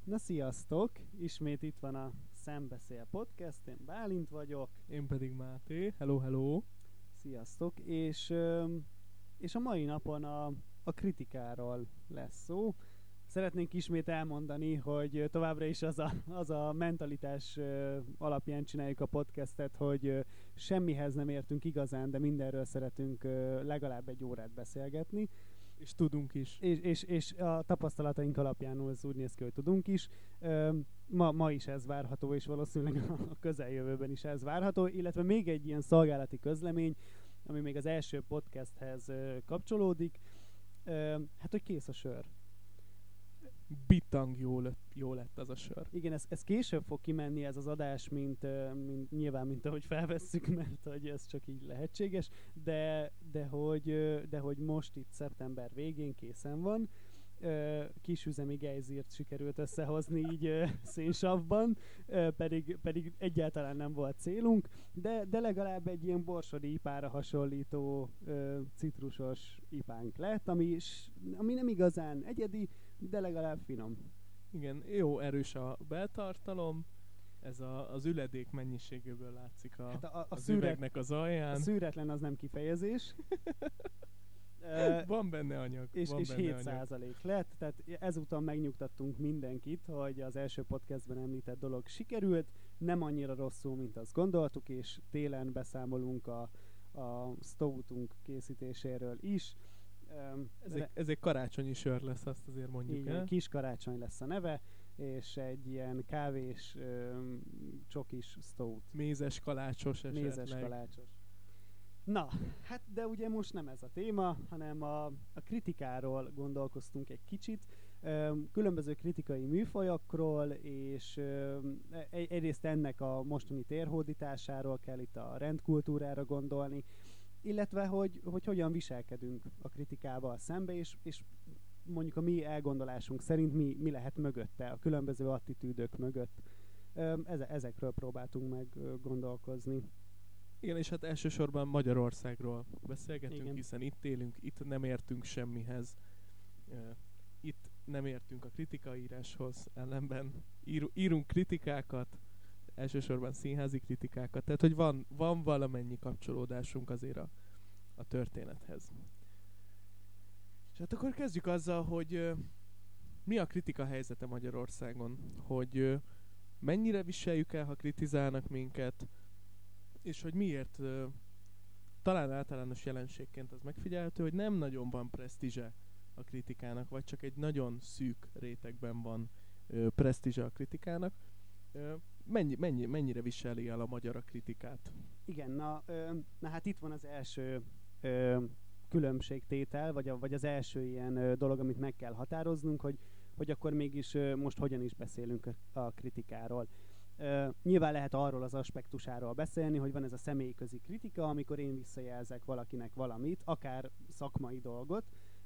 Na sziasztok! Ismét itt van a Szembeszél Podcast, én Bálint vagyok. Én pedig Máté. Hello, hello! Sziasztok! És a mai napon a kritikáról lesz szó. Szeretnénk ismét elmondani, hogy továbbra is az a mentalitás alapján csináljuk a podcastet, hogy semmihez nem értünk igazán, de mindenről szeretünk legalább egy órát beszélgetni. És tudunk is. És a tapasztalataink alapján az úgy néz ki, hogy tudunk is. Ma is ez várható, és valószínűleg a közeljövőben is ez várható, illetve még egy ilyen szolgálati közlemény, ami még az első podcasthez kapcsolódik. Hát, hogy kész a sör. Bitang jó lett az a sör. Igen, ez később fog kimenni ez az adás, mint ahogy felvesszük, mert hogy ez csak így lehetséges, de hogy most itt szeptember végén készen van. Kisüzemi gejzírt sikerült összehozni így szénsavban, pedig egyáltalán nem volt célunk, de legalább egy ilyen borsodi ipára hasonlító citrusos ipánk lett, ami nem igazán egyedi, de legalább finom. Igen, jó erős a beltartalom, ez az üledék mennyiségéből látszik az üvegnek az alján. A szűretlen az nem kifejezés. Van benne anyag. És 7% lett, tehát ezúton megnyugtattunk mindenkit, hogy az első podcastben említett dolog sikerült, nem annyira rosszul, mint azt gondoltuk, és télen beszámolunk a stoutunk készítéséről is. Ez egy karácsonyi sör lesz, azt azért mondjuk el. Kis karácsony lesz a neve, és egy ilyen kávés, csokis stout. Mézes kalácsos esetleg. Mézes kalácsos. Na, hát de ugye most nem ez a téma, hanem a kritikáról gondolkoztunk egy kicsit, különböző kritikai műfajokról, és egyrészt ennek a mostani térhódításáról kell itt a rendkultúrára gondolni, illetve hogy hogyan viselkedünk a kritikával szembe, és mondjuk a mi elgondolásunk szerint mi lehet mögötte, a különböző attitűdök mögött. Ezekről próbáltunk meg gondolkozni. Igen, és hát elsősorban Magyarországról beszélgetünk, igen. Hiszen itt élünk, itt nem értünk semmihez. Itt nem értünk a kritikaíráshoz, ellenben írunk kritikákat, elsősorban színházi kritikákat, tehát hogy van valamennyi kapcsolódásunk azért a történethez. És hát akkor kezdjük azzal, hogy mi a kritika helyzete Magyarországon, hogy mennyire viseljük el, ha kritizálnak minket, és hogy miért talán általános jelenségként az megfigyelhető, hogy nem nagyon van presztízse a kritikának, vagy csak egy nagyon szűk rétegben van presztízse a kritikának. Mennyire viseli el a magyar a kritikát? Igen, na hát itt van az első különbségtétel, vagy az első ilyen dolog, amit meg kell határoznunk, hogy akkor mégis most hogyan is beszélünk a kritikáról. Nyilván lehet arról az aspektusáról beszélni, hogy van ez a személyközi kritika, amikor én visszajelzek valakinek valamit, akár szakmai dolgot,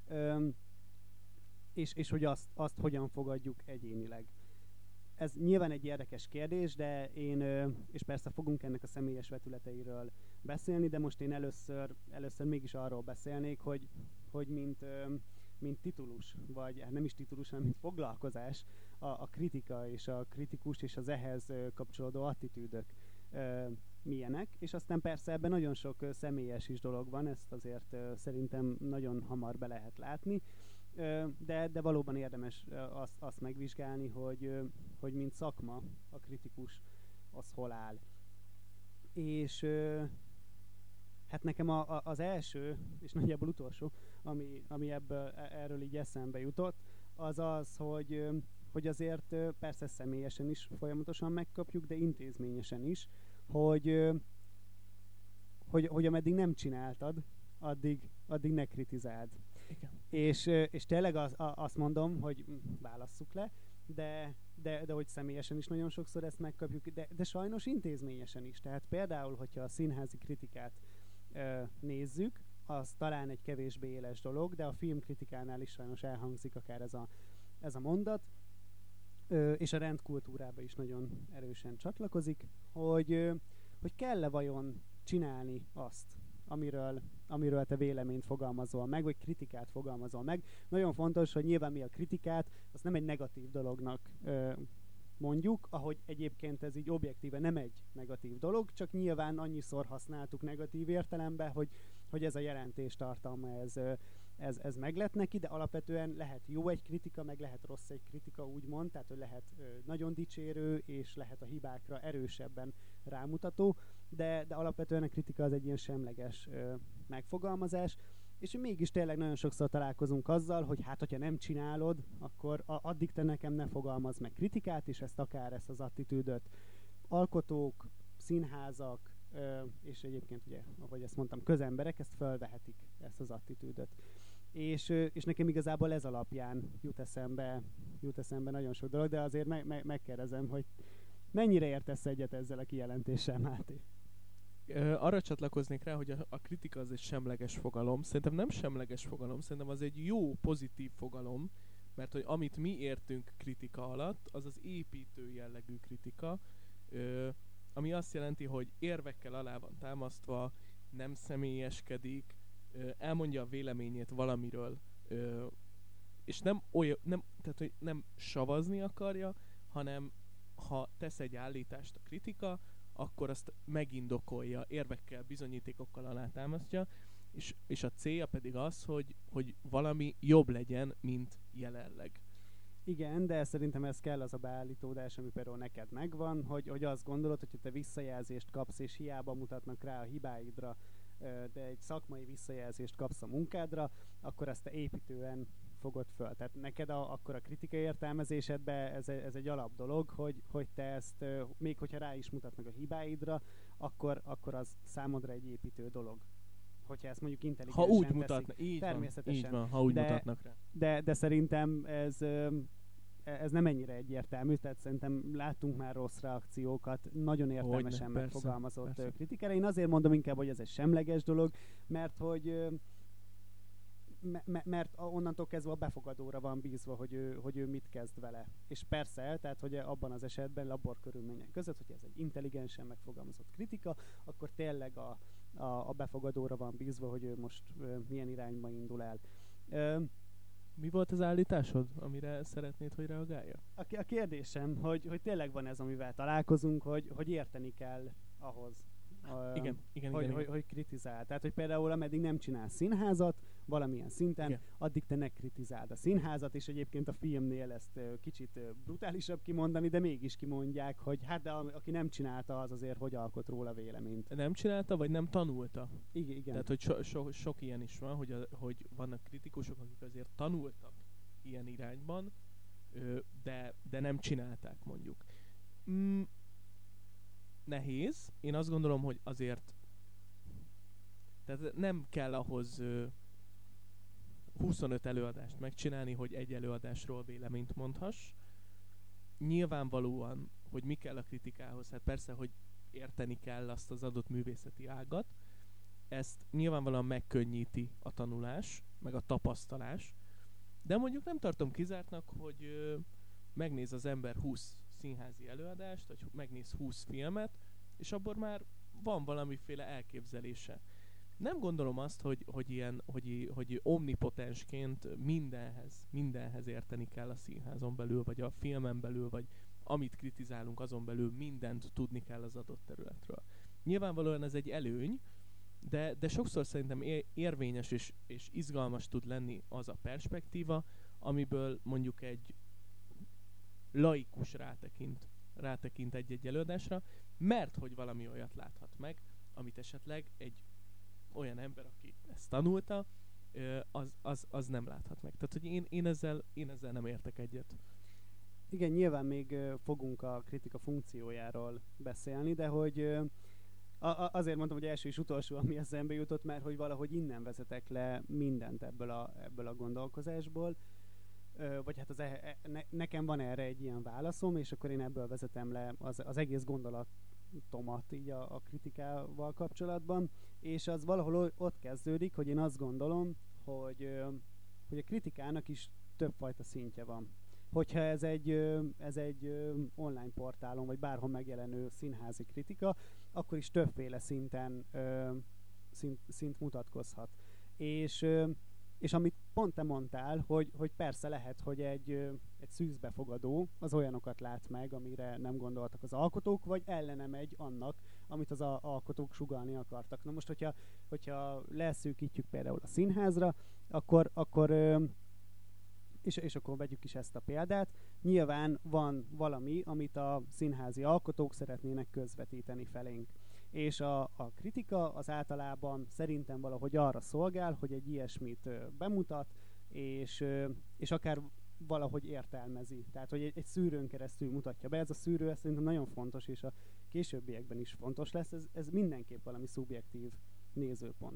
és hogy azt hogyan fogadjuk egyénileg. Ez nyilván egy érdekes kérdés, de és persze fogunk ennek a személyes vetületeiről beszélni, de most én először mégis arról beszélnék, hogy mint titulus, vagy hát nem is titulus, hanem mint foglalkozás, a kritika és a kritikus és az ehhez kapcsolódó attitűdök milyenek, és aztán persze ebben nagyon sok személyes is dolog van, ezt azért szerintem nagyon hamar be lehet látni, de valóban érdemes azt megvizsgálni, hogy mint szakma a kritikus az hol áll. És hát nekem az első, és nagyjából utolsó, ami erről így eszembe jutott, az az, hogy azért persze személyesen is folyamatosan megkapjuk, de intézményesen is, hogy ameddig nem csináltad, addig ne kritizáld. Igen. És tényleg azt mondom, hogy válasszuk le, de hogy személyesen is nagyon sokszor ezt megkapjuk, de sajnos intézményesen is. Tehát például, hogyha a színházi kritikát nézzük, az talán egy kevésbé éles dolog, de a filmkritikánál is sajnos elhangzik akár ez a mondat, és a rendkultúrába is nagyon erősen csatlakozik, hogy kell-e vajon csinálni azt, amiről amiről te véleményt fogalmazol meg, vagy kritikát fogalmazol meg. Nagyon fontos, hogy nyilván mi a kritikát, azt nem egy negatív dolognak mondjuk, ahogy egyébként ez így objektíve nem egy negatív dolog, csak nyilván annyiszor használtuk negatív értelemben, hogy ez a jelentés tartalma, ez meg lett neki, de alapvetően lehet jó egy kritika, meg lehet rossz egy kritika, úgymond, tehát hogy lehet nagyon dicsérő, és lehet a hibákra erősebben rámutató, de alapvetően a kritika az egy ilyen semleges megfogalmazás, és mégis tényleg nagyon sokszor találkozunk azzal, hogy hát, hogyha nem csinálod, akkor addig te nekem ne fogalmazz meg kritikát, és ezt az attitűdöt alkotók, színházak, és egyébként ugye, ahogy ezt mondtam, közemberek ezt felvehetik, ezt az attitűdöt. És nekem igazából ez alapján jut eszembe nagyon sok dolog, de azért megkérdezem, hogy mennyire értesz egyet ezzel a kijelentéssel, Máté? Arra csatlakoznék rá, hogy a kritika az egy semleges fogalom. Szerintem nem semleges fogalom, szerintem az egy jó, pozitív fogalom, mert hogy amit mi értünk kritika alatt, az az építő jellegű kritika, ami azt jelenti, hogy érvekkel alá van támasztva, nem személyeskedik, elmondja a véleményét valamiről, és tehát, hogy nem savazni akarja, hanem ha tesz egy állítást a kritika, akkor azt megindokolja, érvekkel, bizonyítékokkal alátámasztja, és a célja pedig az, hogy valami jobb legyen, mint jelenleg. Igen, de szerintem ez kell az a beállítódás, ami például neked megvan, hogy azt gondolod, hogy te visszajelzést kapsz, és hiába mutatnak rá a hibáidra, de egy szakmai visszajelzést kapsz a munkádra, akkor ezt te építően fogod föl. Tehát neked akkor a kritikai értelmezésedben ez egy alap dolog, hogy te ezt, még hogyha rá is mutatnak a hibáidra, akkor az számodra egy építő dolog. Hogyha ezt mondjuk intelligensen teszik. Ha úgy mutatnak, így van, ha úgy mutatnak rá. De szerintem ez nem ennyire egyértelmű, tehát szerintem láttunk már rossz reakciókat, nagyon értelmesen megfogalmazott kritikára. Én azért mondom inkább, hogy ez egy semleges dolog, mert hogy mert onnantól kezdve a befogadóra van bízva, hogy ő mit kezd vele. És persze, tehát hogy abban az esetben laborkörülmények között, hogy ez egy intelligensen megfogalmazott kritika, akkor tényleg a befogadóra van bízva, hogy ő most milyen irányba indul el. Mi volt az állításod, amire szeretnéd, hogy reagálja? A kérdésem, hogy tényleg van ez, amivel találkozunk, hogy érteni kell ahhoz, hogy kritizál. Tehát, hogy például ameddig nem csinál színházat, valamilyen szinten, igen, addig te ne kritizáld a színházat, és egyébként a filmnél ezt kicsit brutálisabb kimondani, de mégis kimondják, hogy hát de aki nem csinálta, az azért hogy alkot róla véleményt. Nem csinálta, vagy nem tanulta. Igen. Tehát, hogy sok ilyen is van, hogy vannak kritikusok, akik azért tanultak ilyen irányban, de nem csinálták, mondjuk. Nehéz. Én azt gondolom, hogy azért tehát nem kell ahhoz 25 előadást megcsinálni, hogy egy előadásról véleményt mondhass. Nyilvánvalóan, hogy mi kell a kritikához, hát persze, hogy érteni kell azt az adott művészeti ágat. Ezt nyilvánvalóan megkönnyíti a tanulás, meg a tapasztalás. De mondjuk nem tartom kizártnak, hogy megnéz az ember 20 színházi előadást, vagy megnéz 20 filmet, és abból már van valamiféle elképzelése. Nem gondolom azt, hogy omnipotensként mindenhez érteni kell a színházon belül, vagy a filmen belül, vagy amit kritizálunk azon belül, mindent tudni kell az adott területről. Nyilvánvalóan ez egy előny, de sokszor szerintem érvényes és izgalmas tud lenni az a perspektíva, amiből mondjuk egy laikus rátekint egy előadásra, mert hogy valami olyat láthat meg, amit esetleg egy olyan ember, aki ezt tanulta, az nem láthat meg. Tehát, hogy én ezzel nem értek egyet. Igen, nyilván még fogunk a kritika funkciójáról beszélni, de hogy azért mondtam, hogy első és utolsó, ami eszembe jutott, mert hogy valahogy innen vezetek le mindent ebből a gondolkozásból, vagy hát nekem van erre egy ilyen válaszom, és akkor én ebből vezetem le az egész gondolatomat így a kritikával kapcsolatban, és az valahol ott kezdődik, hogy én azt gondolom, hogy a kritikának is többfajta szintje van. Hogyha ez egy online portálon, vagy bárhol megjelenő színházi kritika, akkor is többféle szinten szint mutatkozhat. És amit pont te mondtál, hogy persze lehet, hogy egy szűzbefogadó az olyanokat lát meg, amire nem gondoltak az alkotók, vagy ellene megy annak, amit az alkotók sugallni akartak. Na most, hogyha leszűkítjük például a színházra, akkor és akkor vegyük is ezt a példát, nyilván van valami, amit a színházi alkotók szeretnének közvetíteni felénk. És a kritika az általában szerintem valahogy arra szolgál, hogy egy ilyesmit bemutat, és akár valahogy értelmezi. Tehát, hogy egy szűrőn keresztül mutatja be. Ez a szűrő ez szerintem nagyon fontos, és a későbbiekben is fontos lesz. Ez mindenképp valami szubjektív nézőpont.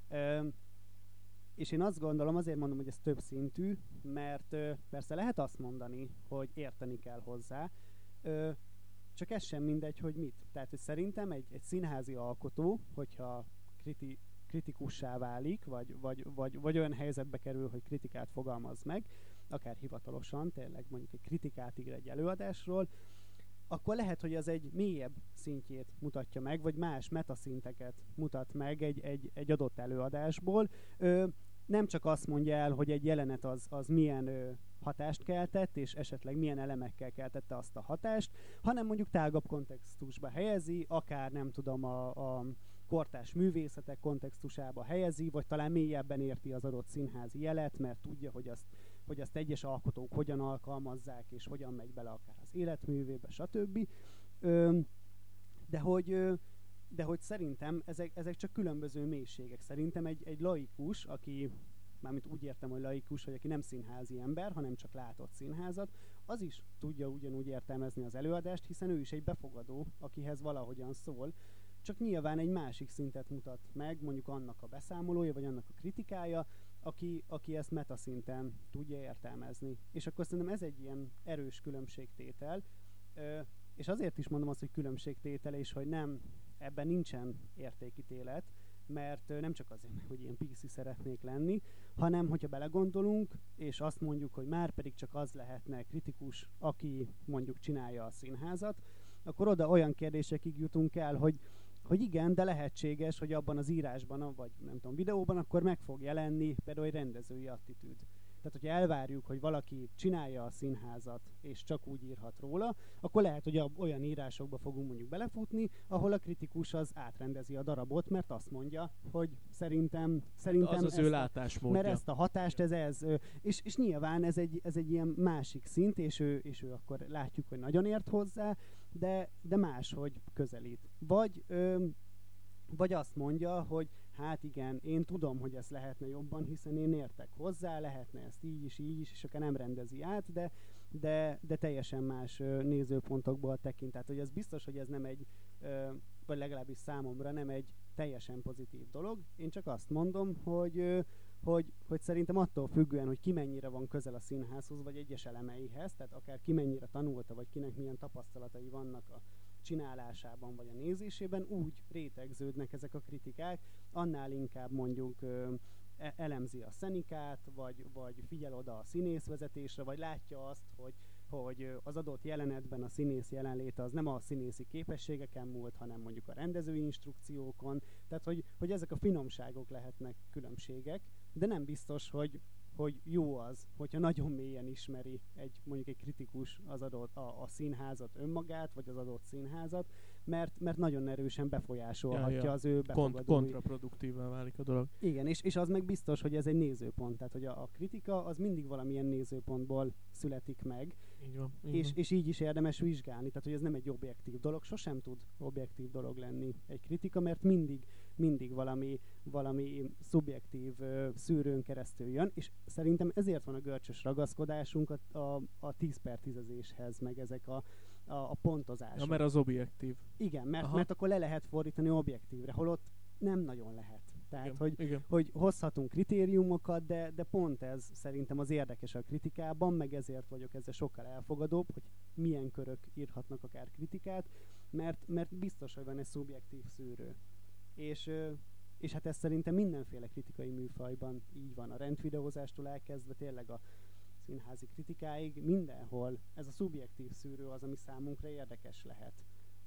És én azt gondolom, azért mondom, hogy ez több szintű, mert persze lehet azt mondani, hogy érteni kell hozzá, csak ez sem mindegy, hogy mit. Tehát, hogy szerintem egy színházi alkotó, hogyha kritikussá válik, vagy olyan helyzetbe kerül, hogy kritikát fogalmaz meg, akár hivatalosan, tényleg mondjuk egy kritikát ír egy előadásról, akkor lehet, hogy az egy mélyebb szintjét mutatja meg, vagy más metaszinteket mutat meg egy adott előadásból. Nem csak azt mondja el, hogy egy jelenet az milyen hatást keltett, és esetleg milyen elemekkel keltette azt a hatást, hanem mondjuk tágabb kontextusba helyezi, akár nem tudom, a kortárs művészetek kontextusába helyezi, vagy talán mélyebben érti az adott színházi jelet, mert tudja, hogy azt egyes alkotók hogyan alkalmazzák, és hogyan megy bele akár az életművébe, stb. De hogy szerintem ezek csak különböző mélységek. Szerintem egy laikus, aki, mármint úgy értem, hogy laikus, hogy aki nem színházi ember, hanem csak látott színházat, az is tudja ugyanúgy értelmezni az előadást, hiszen ő is egy befogadó, akihez valahogyan szól, csak nyilván egy másik szintet mutat meg, mondjuk annak a beszámolója, vagy annak a kritikája, aki ezt metaszinten tudja értelmezni. És akkor szerintem ez egy ilyen erős különbségtétel, és azért is mondom azt, hogy különbségtétel, és hogy nem, ebben nincsen értékítélet, mert nem csak azért, hogy ilyen PC szeretnék lenni, hanem hogyha belegondolunk, és azt mondjuk, hogy már pedig csak az lehetne kritikus, aki mondjuk csinálja a színházat, akkor oda olyan kérdésekig jutunk el, hogy igen, de lehetséges, hogy abban az írásban, vagy nem tudom, videóban, akkor meg fog jelenni például egy rendezői attitűd. Tehát, hogyha elvárjuk, hogy valaki csinálja a színházat, és csak úgy írhat róla, akkor lehet, hogy olyan írásokba fogunk mondjuk belefutni, ahol a kritikus az átrendezi a darabot, mert azt mondja, hogy szerintem az ő látásmódja. Mert ezt a hatást, és nyilván ez egy ilyen másik szint, és ő akkor látjuk, hogy nagyon ért hozzá, de máshogy közelít. Vagy azt mondja, hogy hát igen, én tudom, hogy ezt lehetne jobban, hiszen én értek hozzá, lehetne ezt így is, és akár nem rendezi át, de teljesen más nézőpontokból tekint. Tehát, hogy az biztos, hogy ez nem egy, vagy legalábbis számomra nem egy teljesen pozitív dolog. Én csak azt mondom, hogy szerintem attól függően, hogy ki mennyire van közel a színházhoz, vagy egyes elemeihez, tehát akár ki mennyire tanulta, vagy kinek milyen tapasztalatai vannak a csinálásában, vagy a nézésében, úgy rétegződnek ezek a kritikák, annál inkább mondjuk elemzi a szenikát, vagy figyel oda a színészvezetésre, vagy látja azt, hogy az adott jelenetben a színész jelenléte az nem a színészi képességeken múlt, hanem mondjuk a rendezői instrukciókon. Tehát, hogy ezek a finomságok lehetnek különbségek, de nem biztos, hogy jó az, hogyha nagyon mélyen ismeri mondjuk egy kritikus az adott a színházat önmagát, vagy az adott színházat, mert nagyon erősen befolyásolhatja az ő befogadói. Kontraproduktívvá válik a dolog. Igen, és az meg biztos, hogy ez egy nézőpont. Tehát, hogy a kritika az mindig valamilyen nézőpontból születik meg. Így van. És így is érdemes vizsgálni. Tehát, hogy ez nem egy objektív dolog, sosem tud objektív dolog lenni egy kritika, mert mindig valami szubjektív szűrőn keresztül jön, és szerintem ezért van a görcsös ragaszkodásunk a 10/10-ezéshez, meg ezek a pontozások. Ja, mert az objektív. Igen, mert akkor le lehet fordítani objektívre, holott nem nagyon lehet. Tehát, hogy hozhatunk kritériumokat, de pont ez szerintem az érdekes a kritikában, meg ezért vagyok ezzel sokkal elfogadóbb, hogy milyen körök írhatnak akár kritikát, mert biztos, hogy van egy szubjektív szűrő. És hát ez szerintem mindenféle kritikai műfajban így van. A rendvideózástól elkezdve tényleg a színházi kritikáig, mindenhol ez a szubjektív szűrő az, ami számunkra érdekes lehet.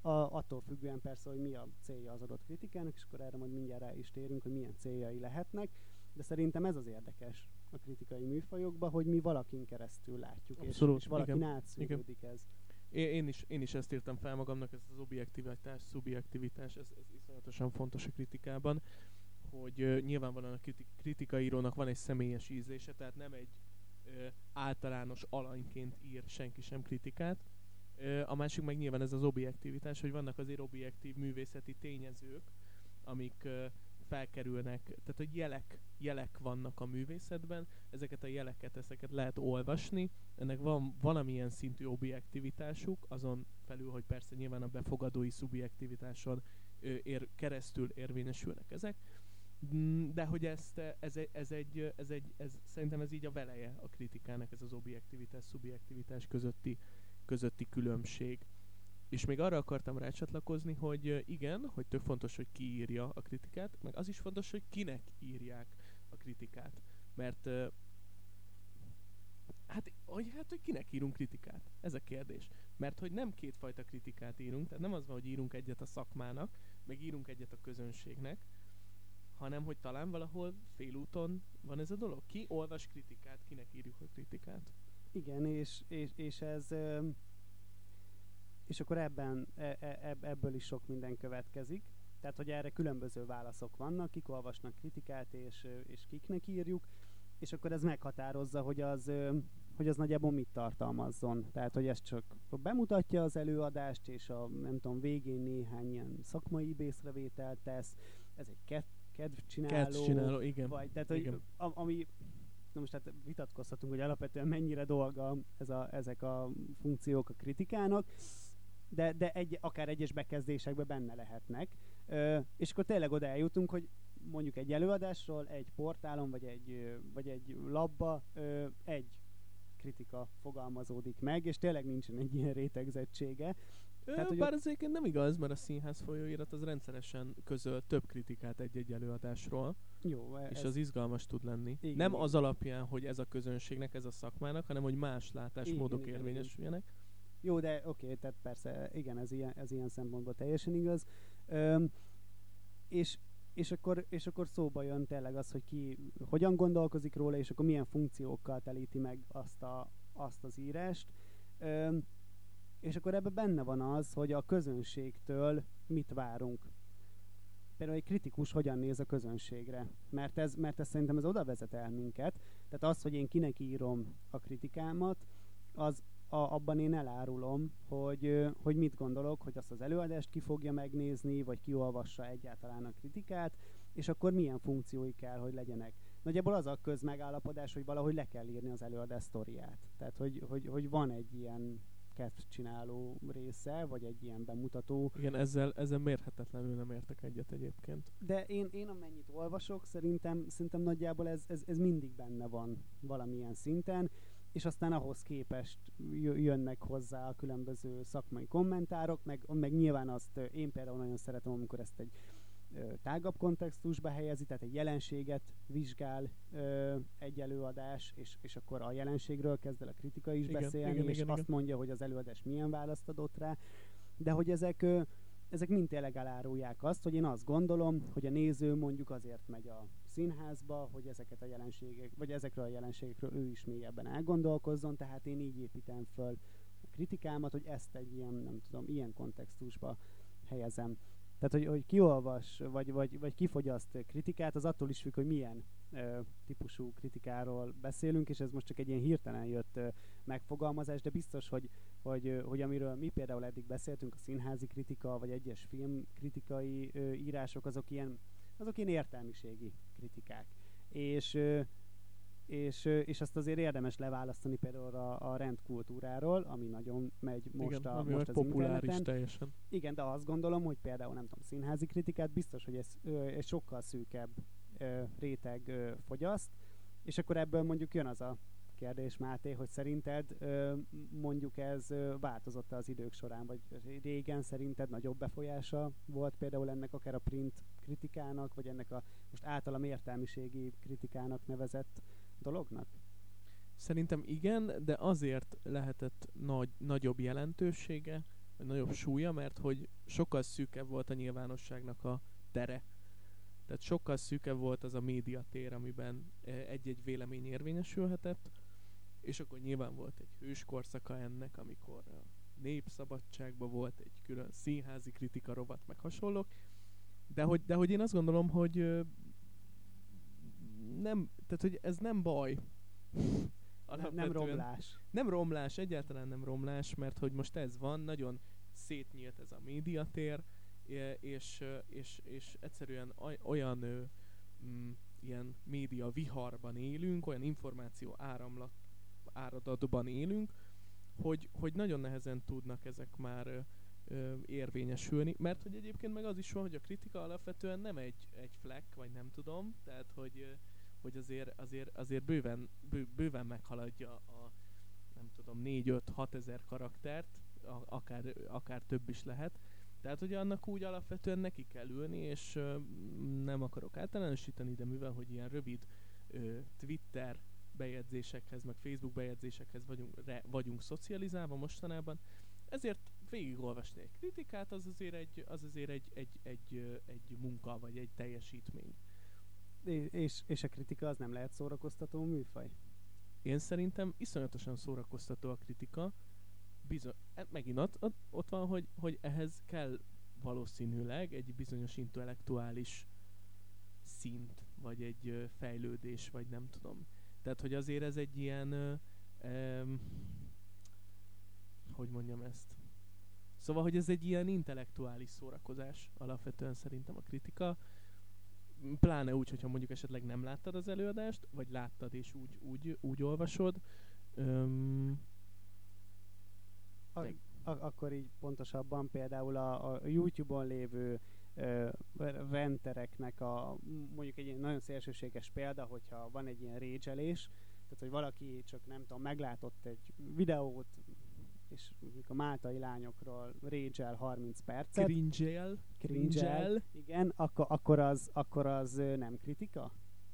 attól függően persze, hogy mi a célja az adott kritikának, és akkor erre majd mindjárt rá is térünk, hogy milyen céljai lehetnek, de szerintem ez az érdekes a kritikai műfajokban, hogy mi valakin keresztül látjuk, és valakin átszűrődik ez. Én is ezt írtam fel magamnak, ez az objektivitás, szubjektivitás, ez iszonyatosan fontos a kritikában, hogy nyilvánvalóan a kritikaírónak van egy személyes ízlése, tehát nem egy általános alanyként ír senki sem kritikát. A másik meg nyilván ez az objektivitás, hogy vannak azért objektív művészeti tényezők, amik felkerülnek, tehát hogy jelek vannak a művészetben, ezeket a ezeket lehet olvasni, ennek van valamilyen szintű objektivitásuk, azon felül, hogy persze nyilván a befogadói szubjektivitáson keresztül érvényesülnek ezek, de hogy szerintem ez így a veleje a kritikának, ez az objektivitás-szubjektivitás közötti különbség. És még arra akartam rácsatlakozni, hogy igen, hogy tök fontos, hogy ki írja a kritikát, meg az is fontos, hogy kinek írják a kritikát. Mert hogy kinek írunk kritikát? Ez a kérdés. Mert hogy nem kétfajta kritikát írunk, tehát nem az van, hogy írunk egyet a szakmának, meg írunk egyet a közönségnek, hanem hogy talán valahol félúton van ez a dolog. Ki olvas kritikát, kinek írjuk a kritikát? Igen, és ez... És akkor ebből is sok minden következik. Tehát, hogy erre különböző válaszok vannak, kik olvasnak kritikát, és kiknek írjuk, és akkor ez meghatározza, hogy az nagyjából mit tartalmazzon. Tehát, hogy ez csak bemutatja az előadást, és nem tudom, végén néhány ilyen szakmai észrevételt tesz, ez egy kedvcsináló, igen. Vagy, tehát, igen. Hogy ami... Na most hát vitatkozhatunk, hogy alapvetően mennyire dolga ezek a funkciók a kritikának, de akár egyes bekezdésekben benne lehetnek. És akkor tényleg oda eljutunk, hogy mondjuk egy előadásról, egy portálon, vagy egy labba egy kritika fogalmazódik meg, és tényleg nincsen egy ilyen rétegzettsége. Tehát, bár ez egyébként nem igaz, mert a Színház folyóirat az rendszeresen közöl több kritikát egy-egy előadásról. Jó, és az izgalmas tud lenni. Igen, nem igen. az alapján, hogy ez a közönségnek, ez a szakmának, hanem hogy más látásmódok érvényesüljenek. Jó, de oké, tehát persze, igen, ez ilyen szempontból teljesen igaz. És akkor szóba jön tényleg az, hogy ki hogyan gondolkozik róla, és akkor milyen funkciókkal telíti meg azt az írást. És akkor ebben benne van az, hogy a közönségtől mit várunk. Például egy kritikus hogyan néz a közönségre. Mert ez szerintem ez oda vezet el minket. Tehát az, hogy én kinek írom a kritikámat, abban én elárulom, hogy mit gondolok, hogy azt az előadást ki fogja megnézni, vagy kiolvassa egyáltalán a kritikát, és akkor milyen funkciói kell, hogy legyenek. Nagyjából az a közmegállapodás, hogy valahogy le kell írni az előadás sztoriát. Tehát, hogy van egy ilyen kedvcsináló része, vagy egy ilyen bemutató. Igen, ezzel mérhetetlenül nem értek egyet egyébként. De én amennyit olvasok, szerintem nagyjából ez mindig benne van valamilyen szinten, és aztán ahhoz képest jönnek hozzá a különböző szakmai kommentárok, meg nyilván azt én például nagyon szeretem, amikor ezt egy tágabb kontextusba helyezi, tehát egy jelenséget vizsgál egy előadás, és akkor a jelenségről kezd el a kritika is beszélni, és azt mondja, hogy az előadás milyen választ adott rá, de hogy ezek mind tényleg elárulják azt, hogy én azt gondolom, hogy a néző mondjuk azért megy a színházba, hogy ezeket a jelenségek, vagy ezekről a jelenségekről ő is mélyebben elgondolkozzon, tehát én így építem föl a kritikámat, hogy ezt egy ilyen, nem tudom, ilyen kontextusba helyezem. Tehát, hogy ki olvas, vagy kifogyaszt kritikát, az attól is függ, hogy milyen típusú kritikáról beszélünk, és ez most csak egy ilyen hirtelen jött megfogalmazás, de biztos, hogy amiről mi például eddig beszéltünk, a színházi kritika, vagy egyes filmkritikai írások, azok ilyen értelmiségi kritikák. És azt azért érdemes leválasztani például a rendkultúráról, ami nagyon megy most, igen, most az populáris interneten. Teljesen. Igen, de azt gondolom, hogy például nem tudom, színházi kritikát biztos, hogy ez egy sokkal szűkebb réteg fogyaszt, és akkor ebből mondjuk jön az a kérdés, Máté, hogy szerinted mondjuk ez változott az idők során, vagy régen szerinted nagyobb befolyása volt például ennek akár a print kritikának, vagy ennek a most általam értelmiségi kritikának nevezett dolognak? Szerintem igen, de azért lehetett nagyobb jelentősége, vagy nagyobb súlya, mert hogy sokkal szűkebb volt a nyilvánosságnak a tere. Tehát sokkal szűkebb volt az a médiatér, amiben egy-egy vélemény érvényesülhetett, és akkor nyilván volt egy hős korszaka ennek, amikor a Népszabadságban volt egy külön színházi kritika rovat, meg hasonlók, de hogy én azt gondolom, hogy nem, tehát hogy ez nem baj. Nem romlás. Nem romlás, egyáltalán nem romlás, mert hogy most ez van, nagyon szétnyílt ez a médiatér, és egyszerűen olyan ilyen média viharban élünk, olyan információ áradatban élünk, hogy nagyon nehezen tudnak ezek már érvényesülni, mert hogy egyébként meg az is van, hogy a kritika alapvetően nem egy fleck, vagy nem tudom, tehát hogy azért bőven meghaladja a nem tudom 4-5-6 ezer karaktert, akár több is lehet. Tehát, hogy annak úgy alapvetően neki kell ülni, és nem akarok általánosítani, de mivel, hogy ilyen rövid Twitter bejegyzésekhez, meg Facebook bejegyzésekhez vagyunk szocializálva mostanában, ezért végigolvasni egy kritikát, az azért egy munka, vagy egy teljesítmény. És a kritika az nem lehet szórakoztató műfaj? Én szerintem iszonyatosan szórakoztató a kritika. Megint ott van, hogy ehhez kell valószínűleg egy bizonyos intellektuális szint, vagy egy fejlődés, vagy nem tudom. Tehát, hogy azért ez egy ilyen hogy mondjam ezt? Szóval, hogy ez egy ilyen intellektuális szórakozás alapvetően szerintem a kritika. Pláne úgy, hogyha mondjuk esetleg nem láttad az előadást, vagy láttad és úgy olvasod. Akkor így pontosabban például a YouTube-on lévő rendereknek mondjuk egy ilyen nagyon szélsőséges példa, hogyha van egy ilyen rage-elés, tehát hogy valaki csak nem tudom, meglátott egy videót, és mondjuk a máltai lányokról rage-el 30 percet. Cringe-el. Igen, akkor az nem kritika?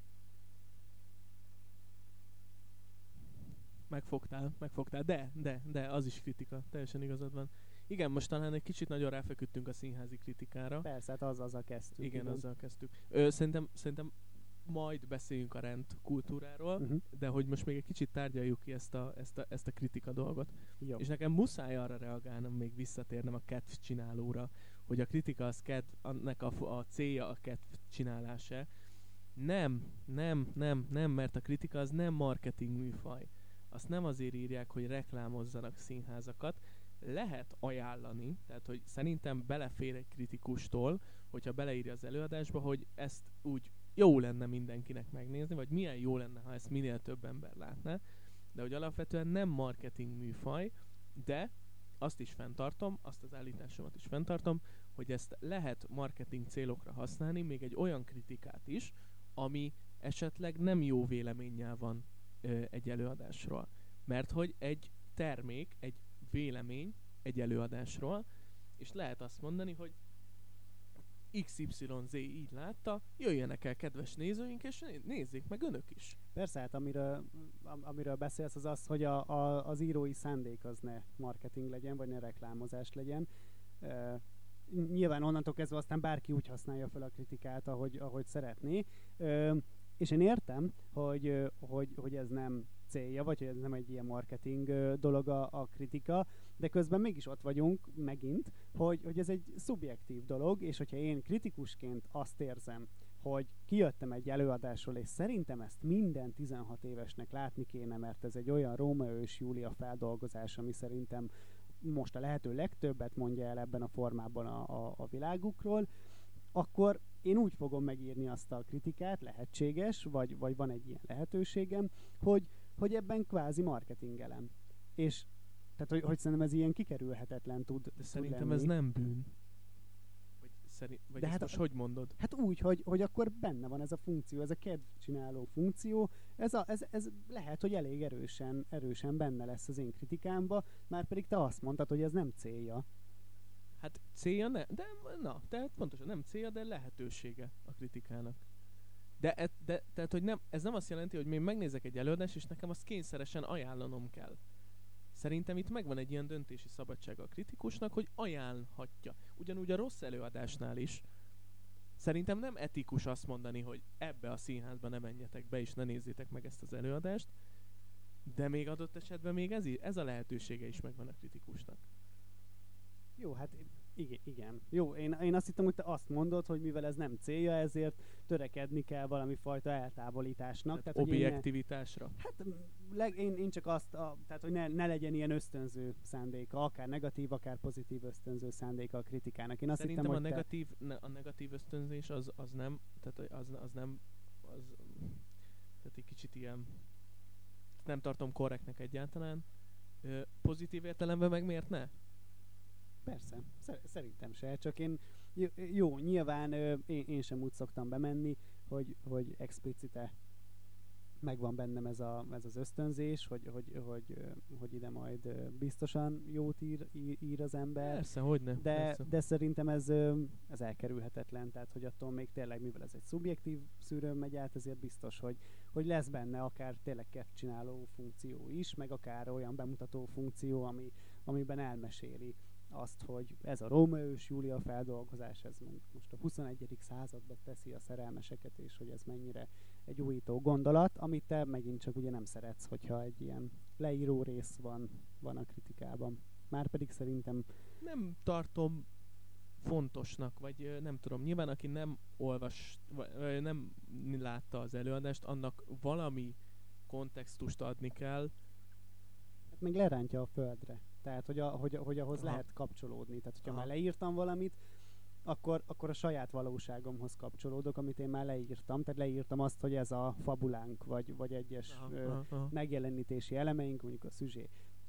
Megfogtál. De, az is kritika. Teljesen igazad van. Igen, most talán egy kicsit nagyon ráfeküdtünk a színházi kritikára. Persze, hát azzal kezdtük. Igen, azzal kezdtük. Szerintem majd beszéljünk a kultúráról, de hogy most még egy kicsit tárgyaljuk ki ezt a kritika dolgot. Jó. És nekem muszáj arra reagálnom, még visszatérnem a kedv csinálóra, hogy a kritika az annak a célja a kedv csinálása. Nem, mert a kritika az nem marketing műfaj. Azt nem azért írják, hogy reklámozzanak színházakat. Lehet ajánlani, tehát hogy szerintem belefér egy kritikustól, hogyha beleírja az előadásba, hogy ezt úgy jó lenne mindenkinek megnézni, vagy milyen jó lenne, ha ezt minél több ember látná, de hogy alapvetően nem marketing műfaj, de azt is fenntartom, azt az állításomat is fenntartom, hogy ezt lehet marketing célokra használni, még egy olyan kritikát is, ami esetleg nem jó véleménnyel van egy előadásról. Mert hogy egy termék, egy vélemény egy előadásról, és lehet azt mondani, hogy XYZ így látta, jöjjenek el kedves nézőink, és nézzék meg önök is. Persze, hát amiről beszélsz, az, hogy az írói szándék az ne marketing legyen, vagy ne reklámozás legyen. Nyilván onnantól kezdve aztán bárki úgy használja fel a kritikát, ahogy szeretné. És én értem, hogy ez nem célja, vagy hogy ez nem egy ilyen marketing dolog a kritika, de közben mégis ott vagyunk megint, hogy ez egy szubjektív dolog, és hogyha én kritikusként azt érzem, hogy kijöttem egy előadásról, és szerintem ezt minden 16 évesnek látni kéne, mert ez egy olyan Rómeó és Júlia feldolgozás, ami szerintem most a lehető legtöbbet mondja el ebben a formában a világukról, akkor én úgy fogom megírni azt a kritikát, lehetséges, vagy van egy ilyen lehetőségem, hogy ebben kvázi marketingelem. És tehát, hogy szerintem ez ilyen kikerülhetetlen tud szerintem lenni. Ez nem bűn. Vagy de hát most hogy mondod? Hát úgy, hogy akkor benne van ez a funkció, ez a kedvcsináló funkció, ez lehet, hogy elég erősen benne lesz az én kritikámba, már pedig te azt mondtad, hogy ez nem célja. Hát célja ne, de tehát pontosan nem célja, de lehetősége a kritikának. Tehát, hogy nem, ez nem azt jelenti, hogy még megnézek egy előadást, és nekem azt kényszeresen ajánlanom kell. Szerintem itt megvan egy ilyen döntési szabadsága a kritikusnak, hogy ajánlhatja. Ugyanúgy a rossz előadásnál is. Szerintem nem etikus azt mondani, hogy ebbe a színházba ne menjetek be, és ne nézzétek meg ezt az előadást, de még adott esetben még ez a lehetősége is megvan a kritikusnak. Jó, hát igen. Jó, én azt hittem, hogy te azt mondod, hogy mivel ez nem célja, ezért törekedni kell valami fajta eltávolításnak. Tehát objektivitásra. Hát én csak azt, tehát hogy ne legyen ilyen ösztönző szándéka, akár negatív, akár pozitív ösztönző szándéka a kritikának. Én azt Szerintem hittem, a negatív ösztönzés az nem, tehát az nem, tehát egy kicsit ilyen, nem tartom korrektnek egyáltalán. Pozitív értelemben meg miért ne? Persze, szerintem se, csak jó, nyilván én sem úgy szoktam bemenni, hogy explicite megvan bennem ez az ösztönzés, hogy ide majd biztosan jót ír az ember. Persze, hogyne. De szerintem ez elkerülhetetlen, tehát hogy attól még tényleg, mivel ez egy szubjektív szűrőn megy át, ezért biztos, hogy lesz benne akár tényleg kettcsináló funkció is, meg akár olyan bemutató funkció, amiben elmeséli azt, hogy ez a Rómeó és Júlia feldolgozás, ez most a 21. században teszi a szerelmeseket, és hogy ez mennyire egy újító gondolat, amit te megint csak ugye nem szeretsz, hogyha egy ilyen leíró rész van a kritikában. Márpedig szerintem... Nem tartom fontosnak, vagy nem tudom, nyilván aki nem vagy nem látta az előadást, annak valami kontextust adni kell. Hát meg lerántja a földre. Tehát, hogy ahhoz lehet kapcsolódni. Tehát, hogyha már leírtam valamit, akkor a saját valóságomhoz kapcsolódok, amit én már leírtam. Tehát leírtam azt, hogy ez a fabulánk, vagy egyes megjelenítési elemeink, mondjuk a szüzsé.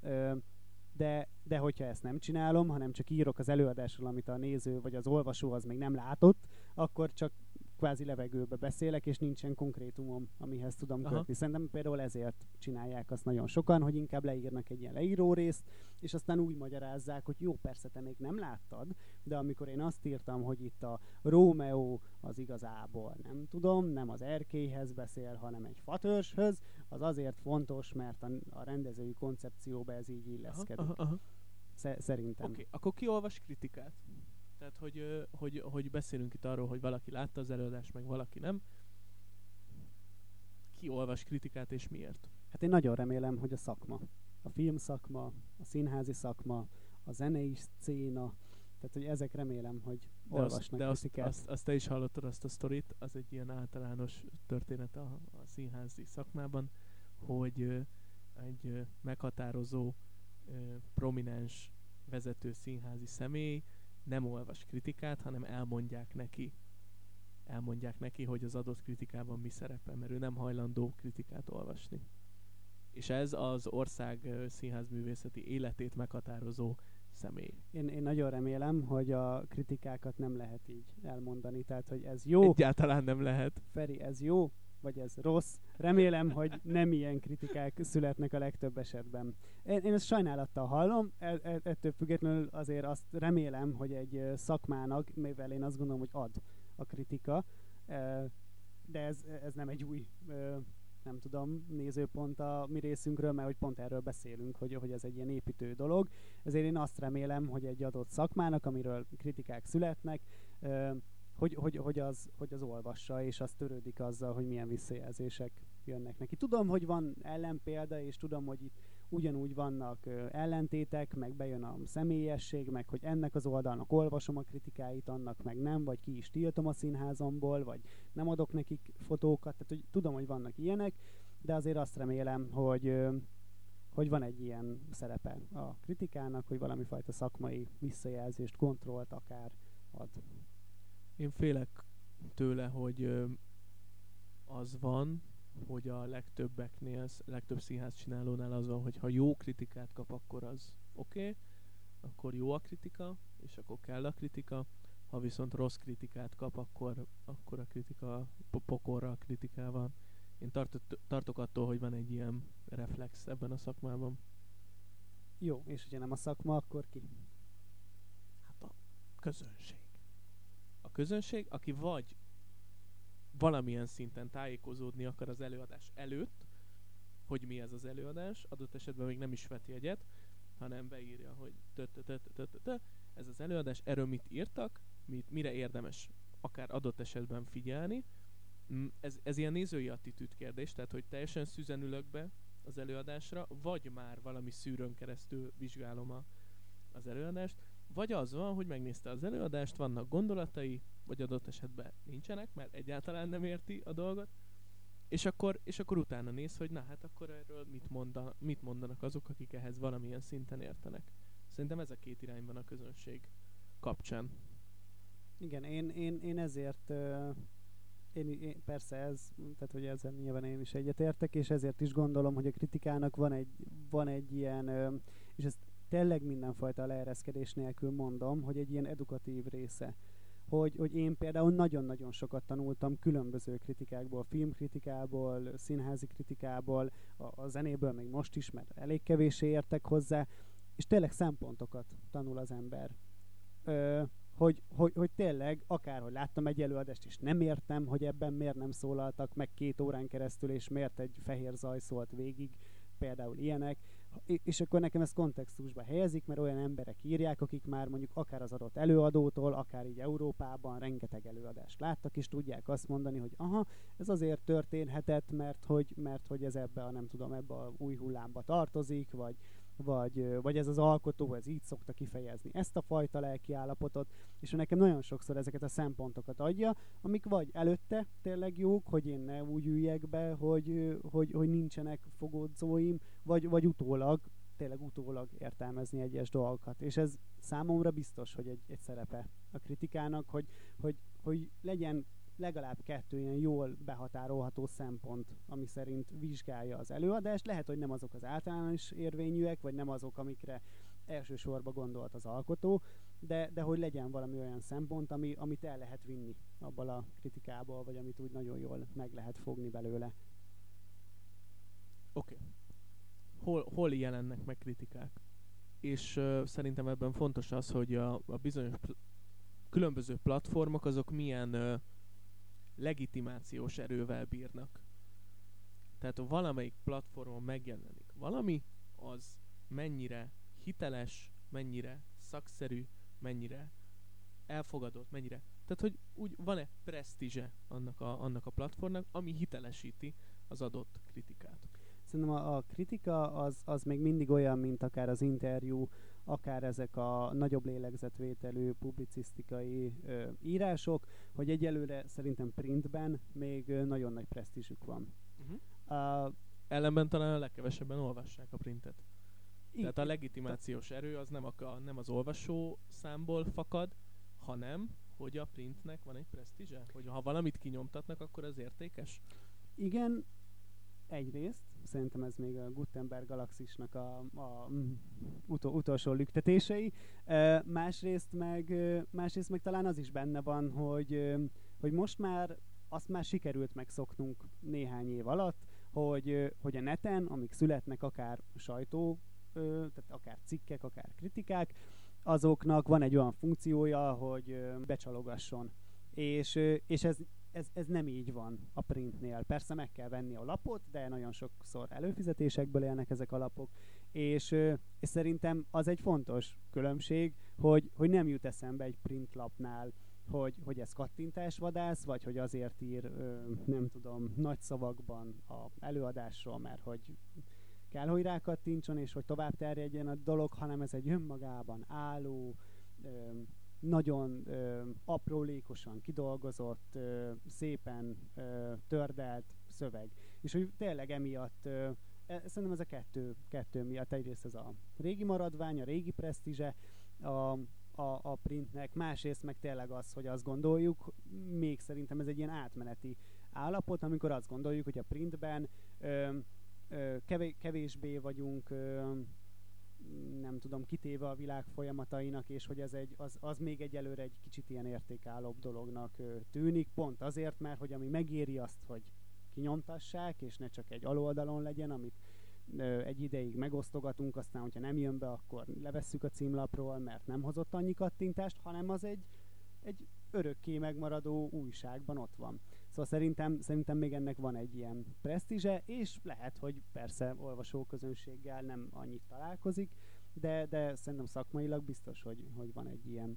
De hogyha ezt nem csinálom, hanem csak írok az előadásról, amit a néző vagy az olvasó az még nem látott, akkor csak kvázi levegőbe beszélek, és nincsen konkrétumom, amihez tudom kötni. Szerintem például ezért csinálják azt nagyon sokan, hogy inkább leírnak egy ilyen leíró részt, és aztán úgy magyarázzák, hogy jó, persze te még nem láttad, de amikor én azt írtam, hogy itt a Rómeó az igazából nem tudom, nem az erkélyhez beszél, hanem egy fatörzshöz, az azért fontos, mert a rendezői koncepcióba ez így illeszkedik. Szerintem. Oké, akkor ki olvas kritikát? Tehát, hogy beszélünk itt arról, hogy valaki látta az előadást, meg valaki nem. Ki olvas kritikát és miért? Hát én nagyon remélem, hogy a szakma. A filmszakma, a színházi szakma, a zenei szcéna, tehát hogy ezek remélem, hogy olvasnak kritikát. De azt te is hallottad azt a sztorit, az egy ilyen általános történet a színházi szakmában, hogy egy meghatározó, prominens vezető színházi személy nem olvas kritikát, hanem elmondják neki, hogy az adott kritikában mi szerepel, mert ő nem hajlandó kritikát olvasni. És ez az ország színházművészeti életét meghatározó személy. Én nagyon remélem, hogy a kritikákat nem lehet így elmondani, tehát hogy ez jó. Egyáltalán nem lehet. Feri, ez jó, vagy ez rossz. Remélem, hogy nem ilyen kritikák születnek a legtöbb esetben. Én ezt sajnálattal hallom, ettől függetlenül azért azt remélem, hogy egy szakmának, mivel én azt gondolom, hogy ad a kritika, de ez nem egy új, nem tudom, nézőpont a mi részünkről, mert hogy pont erről beszélünk, hogy ez egy ilyen építő dolog. Ezért én azt remélem, hogy egy adott szakmának, amiről kritikák születnek, hogy az olvassa, és az törődik azzal, hogy milyen visszajelzések jönnek neki. Tudom, hogy van ellenpélda, és tudom, hogy itt ugyanúgy vannak ellentétek, meg bejön a személyesség, meg hogy ennek az oldalnak olvasom a kritikáit, annak meg nem, vagy ki is tiltom a színházamból, vagy nem adok nekik fotókat, tehát hogy tudom, hogy vannak ilyenek, de azért azt remélem, hogy van egy ilyen szerepe a kritikának, hogy valami fajta szakmai visszajelzést, kontrollt akár ad. Én félek tőle, hogy az van, hogy a legtöbb színház csinálónál az van, hogy ha jó kritikát kap, akkor az oké, akkor jó a kritika, és akkor kell a kritika. Ha viszont rossz kritikát kap, akkor a kritika pokorra a kritikával. Én tartok attól, hogy van egy ilyen reflex ebben a szakmában. Jó, és hogyha nem a szakma, akkor ki? Hát a közönség. A közönség, aki vagy valamilyen szinten tájékozódni akar az előadás előtt, hogy mi ez az előadás, adott esetben még nem is vett jegyet, hanem beírja, hogy ez az előadás, erről mit írtak, mire érdemes akár adott esetben figyelni. Ez ilyen nézői attitűd kérdés, tehát hogy teljesen szüzen ülök be az előadásra, vagy már valami szűrőn keresztül vizsgálom az előadást, vagy az van, hogy megnézte az előadást, vannak gondolatai, vagy adott esetben nincsenek, mert egyáltalán nem érti a dolgot, és akkor utána néz, hogy na hát akkor erről mit mondanak azok, akik ehhez valamilyen szinten értenek. Szerintem ez a két irány van a közönség kapcsán. Igen, én ezért én persze tehát hogy ezzel nyilván én is egyetértek, és ezért is gondolom, hogy a kritikának van egy ilyen, és ezt tényleg mindenfajta leereszkedés nélkül mondom, hogy egy ilyen edukatív része. Hogy én például nagyon-nagyon sokat tanultam különböző kritikákból, filmkritikából, színházi kritikából, a zenéből még most is, mert elég kevéssé értek hozzá, és tényleg szempontokat tanul az ember. Hogy tényleg, akárhogy láttam egy előadást, és nem értem, hogy ebben miért nem szólaltak meg 2 órán keresztül, és miért egy fehér zaj szólt végig, például ilyenek, és akkor nekem ezt kontextusba helyezik, mert olyan emberek írják, akik már mondjuk akár az adott előadótól, akár így Európában rengeteg előadást láttak, és tudják azt mondani, hogy aha, ez azért történhetett, mert hogy ez ebbe a új hullámba tartozik, vagy ez az alkotó, ez így szokta kifejezni ezt a fajta lelkiállapotot, és nekem nagyon sokszor ezeket a szempontokat adja, amik vagy előtte tényleg jók, hogy én ne úgy üljek be, hogy nincsenek fogódzóim, vagy tényleg utólag értelmezni egyes dolgokat. És ez számomra biztos, hogy egy szerepe a kritikának, hogy legyen legalább 2 ilyen jól behatárolható szempont, ami szerint vizsgálja az előadást. Lehet, hogy nem azok az általános érvényűek, vagy nem azok, amikre elsősorban gondolt az alkotó, de hogy legyen valami olyan szempont, amit el lehet vinni abból a kritikából, vagy amit úgy nagyon jól meg lehet fogni belőle. Oké. Hol jelennek meg kritikák? És szerintem ebben fontos az, hogy a bizonyos különböző platformok azok milyen legitimációs erővel bírnak. Tehát ha valamelyik platformon megjelenik valami, az mennyire hiteles, mennyire szakszerű, mennyire elfogadott, mennyire... Tehát, hogy úgy van-e presztízse annak a platformnak, ami hitelesíti az adott kritikát. Szerintem a kritika az még mindig olyan, mint akár az interjú, akár ezek a nagyobb lélegzetvételű publicisztikai írások, hogy egyelőre szerintem printben még nagyon nagy presztízsük van. Ellenben talán a legkevesebben olvassák a printet. Tehát a legitimációs erő az nem az olvasó számból fakad, hanem hogy a printnek van egy presztízse? Hogy ha valamit kinyomtatnak, akkor az értékes? Igen, egyrészt, szerintem ez még a Gutenberg galaxisnak a utolsó lüktetései. Másrészt meg talán az is benne van, hogy most már azt már sikerült megszoknunk néhány év alatt, hogy a neten, amik születnek akár sajtó, tehát akár cikkek, akár kritikák, azoknak van egy olyan funkciója, hogy becsalogasson. És ez nem így van a printnél. Persze meg kell venni a lapot, de nagyon sokszor előfizetésekből élnek ezek a lapok, és szerintem az egy fontos különbség, hogy nem jut eszembe egy printlapnál, hogy ez kattintásvadász, vagy hogy azért ír, nem tudom, nagy szavakban a előadásról, mert hogy kell, hogy rákattintson, és hogy tovább terjedjen a dolog, hanem ez egy önmagában álló, nagyon aprólékosan kidolgozott, szépen tördelt szöveg. És hogy tényleg emiatt, szerintem ez a kettő miatt, egyrészt ez a régi maradvány, a régi presztízse a printnek, másrészt meg tényleg az, hogy azt gondoljuk, még szerintem ez egy ilyen átmeneti állapot, amikor azt gondoljuk, hogy a printben kevésbé vagyunk nem tudom, kitéve a világ folyamatainak, és hogy ez az még egyelőre egy kicsit ilyen értékállóbb dolognak tűnik, pont azért, mert hogy ami megéri azt, hogy kinyomtassák, és ne csak egy aloldalon legyen, amit egy ideig megosztogatunk, aztán, hogyha nem jön be, akkor levesszük a címlapról, mert nem hozott annyi kattintást, hanem az egy örökké megmaradó újságban ott van. Szóval szerintem még ennek van egy ilyen presztízse, és lehet, hogy persze olvasóközönséggel nem annyit találkozik, de szerintem szakmailag biztos, hogy van egy ilyen.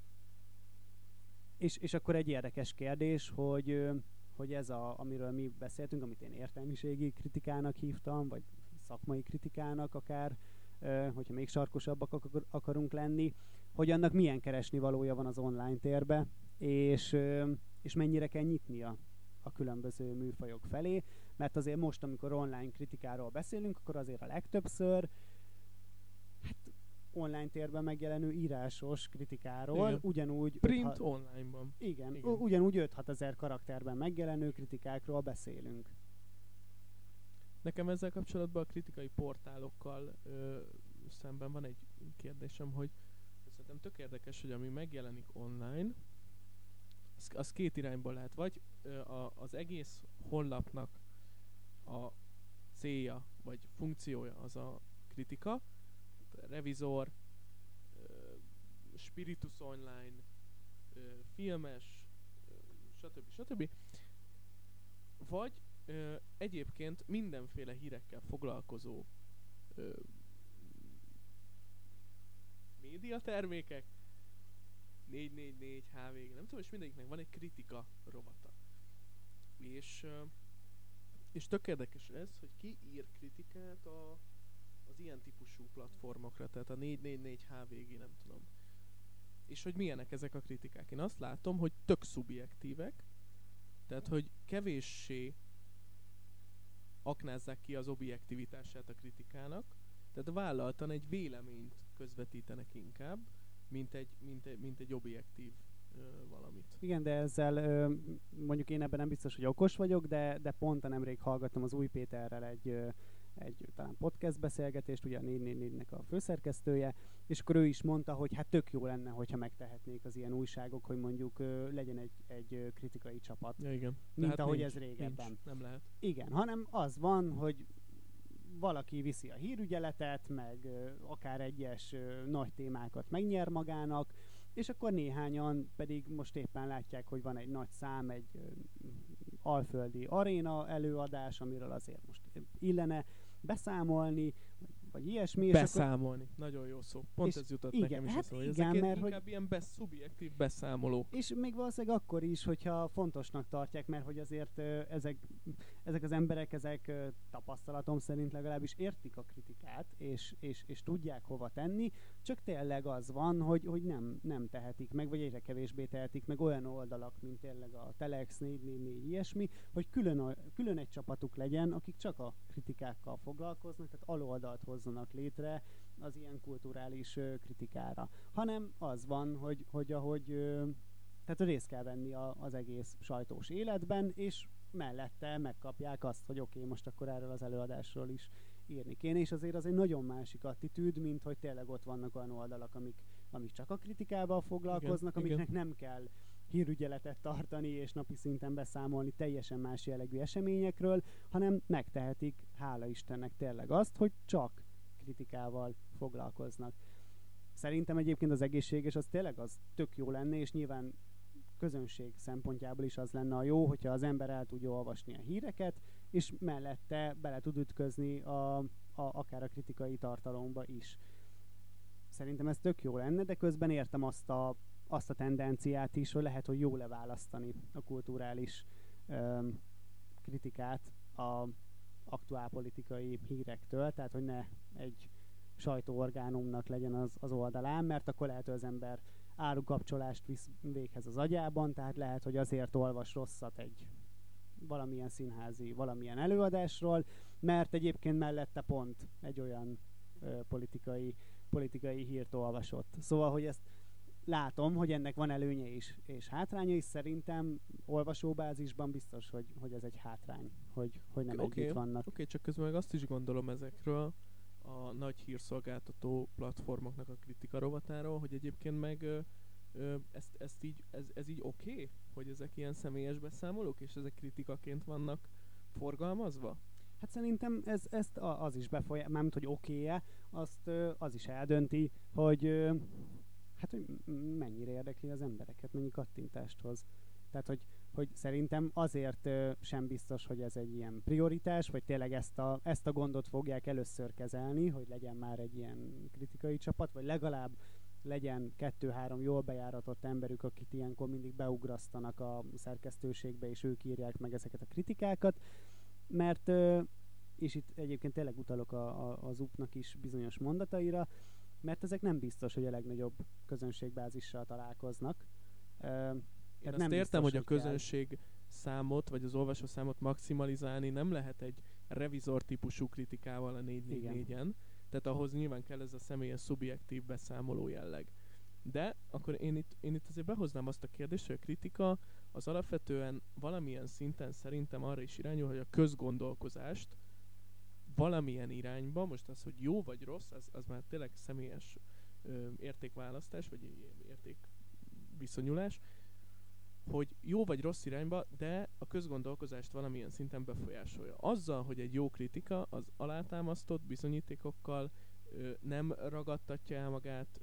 És akkor egy érdekes kérdés, hogy ez amiről mi beszéltünk, amit én értelmiségi kritikának hívtam, vagy szakmai kritikának akár, hogyha még sarkosabbak akarunk lenni, hogy annak milyen keresnivalója van az online térbe, és mennyire kell nyitnia a különböző műfajok felé, mert azért most, amikor online kritikáról beszélünk, akkor azért a legtöbbször online térben megjelenő írásos kritikáról, igen. ugyanúgy... Print online-ban. Igen, ugyanúgy 5-6 ezer karakterben megjelenő kritikákról beszélünk. Nekem ezzel kapcsolatban a kritikai portálokkal szemben van egy kérdésem, hogy szerintem tök érdekes, hogy ami megjelenik online, az két irányból lehet. Vagy az egész honlapnak a célja, vagy funkciója az a kritika, Revizor, Spiritus Online, filmes, stb. Vagy egyébként mindenféle hírekkel foglalkozó médiatermékek, 444, HVG, nem tudom, és mindegyiknek van egy kritika rovata. És tök érdekes ez, hogy ki ír kritikát az ilyen típusú platformokra, tehát a 444 HVG, nem tudom. És hogy milyenek ezek a kritikák. Én azt látom, hogy tök szubjektívek, tehát hogy kevéssé aknázzák ki az objektivitását a kritikának, tehát vállaltan egy véleményt közvetítenek inkább, mint egy objektív valamit. Igen, de ezzel mondjuk én ebben nem biztos, hogy okos vagyok, de pont nemrég hallgattam az Új Péterrel egy talán podcast beszélgetést, ugye a 444-nek a főszerkesztője, és akkor ő is mondta, hogy hát tök jó lenne, hogyha megtehetnék az ilyen újságok, hogy mondjuk legyen egy kritikai csapat. Ja, igen. Mint hát ahogy nincs, ez régebben. Nincs, nem lehet. Igen, hanem az van, hogy valaki viszi a hírügyeletet, meg akár egyes nagy témákat megnyer magának, és akkor néhányan pedig most éppen látják, hogy van egy nagy szám, egy alföldi aréna előadás, amiről azért most illene beszámolni, vagy ilyesmi. Beszámolni. Nagyon jó szó. Pont ez jutott igen, nekem is hát eszembe, hogy igen, ezek mert inkább hogy ilyen szubjektív beszámolók. És még valószínűleg akkor is, hogyha fontosnak tartják, mert hogy azért ezek az emberek, tapasztalatom szerint legalábbis értik a kritikát, és tudják hova tenni, csak tényleg az van, hogy nem tehetik meg, vagy egyre kevésbé tehetik meg olyan oldalak, mint tényleg a Telex 444 ilyesmi, hogy külön egy csapatuk legyen, akik csak a kritikákkal foglalkoznak, tehát aloldalt hozzanak létre az ilyen kulturális kritikára. Hanem az van, hogy ahogy tehát részt kell venni az egész sajtós életben, és mellette megkapják azt, hogy oké, most akkor erről az előadásról is írni kéne, és azért az egy nagyon másik attitűd, mint hogy tényleg ott vannak olyan oldalak, amik csak a kritikával foglalkoznak, igen, amiknek nem kell hírügyeletet tartani és napi szinten beszámolni teljesen más jellegű eseményekről, hanem megtehetik, hála Istennek tényleg azt, hogy csak kritikával foglalkoznak. Szerintem egyébként az egészséges az tényleg az tök jó lenne, és nyilván közönség szempontjából is az lenne a jó, hogyha az ember el tudja olvasni a híreket, és mellette bele tud ütközni akár a kritikai tartalomba is. Szerintem ez tök jó lenne, de közben értem azt a tendenciát is, hogy lehet, hogy jó leválasztani a kulturális kritikát a aktuálpolitikai hírektől, tehát hogy ne egy sajtóorgánumnak legyen az oldalán, mert akkor lehet, hogy az ember árukapcsolást visz véghez az agyában, tehát lehet, hogy azért olvas rosszat egy valamilyen színházi, valamilyen előadásról, mert egyébként mellette pont egy olyan politikai hírt olvasott. Szóval, hogy ezt látom, hogy ennek van előnye is, és hátránya is. Szerintem olvasóbázisban biztos, hogy ez egy hátrány, hogy nem együtt vannak. Oké, csak közben meg azt is gondolom ezekről a nagy hírszolgáltató platformoknak a kritika rovatáról, hogy egyébként meg ez így oké, hogy ezek ilyen személyes beszámolók, és ezek kritikaként vannak forgalmazva? Hát szerintem ezt az is mármint, hogy oké-e, azt az is eldönti, hogy hogy mennyire érdekli az embereket, mennyi kattintást hoz. Tehát, hogy szerintem azért sem biztos, hogy ez egy ilyen prioritás, vagy tényleg ezt a gondot fogják először kezelni, hogy legyen már egy ilyen kritikai csapat, vagy legalább legyen 2-3 jól bejáratott emberük, akit ilyenkor mindig beugrasztanak a szerkesztőségbe, és ők írják meg ezeket a kritikákat, mert és itt egyébként tényleg utalok az UP-nak is bizonyos mondataira, mert ezek nem biztos, hogy a legnagyobb közönségbázissal találkoznak. Én azt értem, hogy a közönség számot, vagy az olvasószámot maximalizálni nem lehet egy revizor típusú kritikával a 444-en, tehát ahhoz nyilván kell ez a személyes szubjektív beszámoló jelleg. De akkor én itt azért behoznám azt a kérdést, hogy a kritika az alapvetően valamilyen szinten szerintem arra is irányul, hogy a közgondolkozást valamilyen irányba, most az, hogy jó vagy rossz, az már tényleg személyes értékválasztás, vagy értékviszonyulás, hogy jó vagy rossz irányba, de a közgondolkozást valamilyen szinten befolyásolja. Azzal, hogy egy jó kritika az alátámasztott bizonyítékokkal nem ragadtatja el magát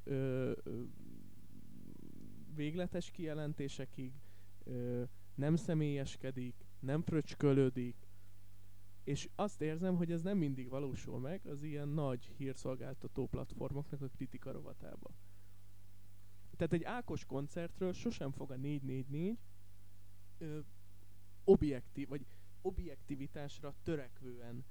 végletes kijelentésekig, nem személyeskedik, nem fröcskölődik, és azt érzem, hogy ez nem mindig valósul meg az ilyen nagy hírszolgáltató platformoknak a kritika rovatába. Tehát egy Ákos koncertről sosem fog a 444 objektivitásra törekvően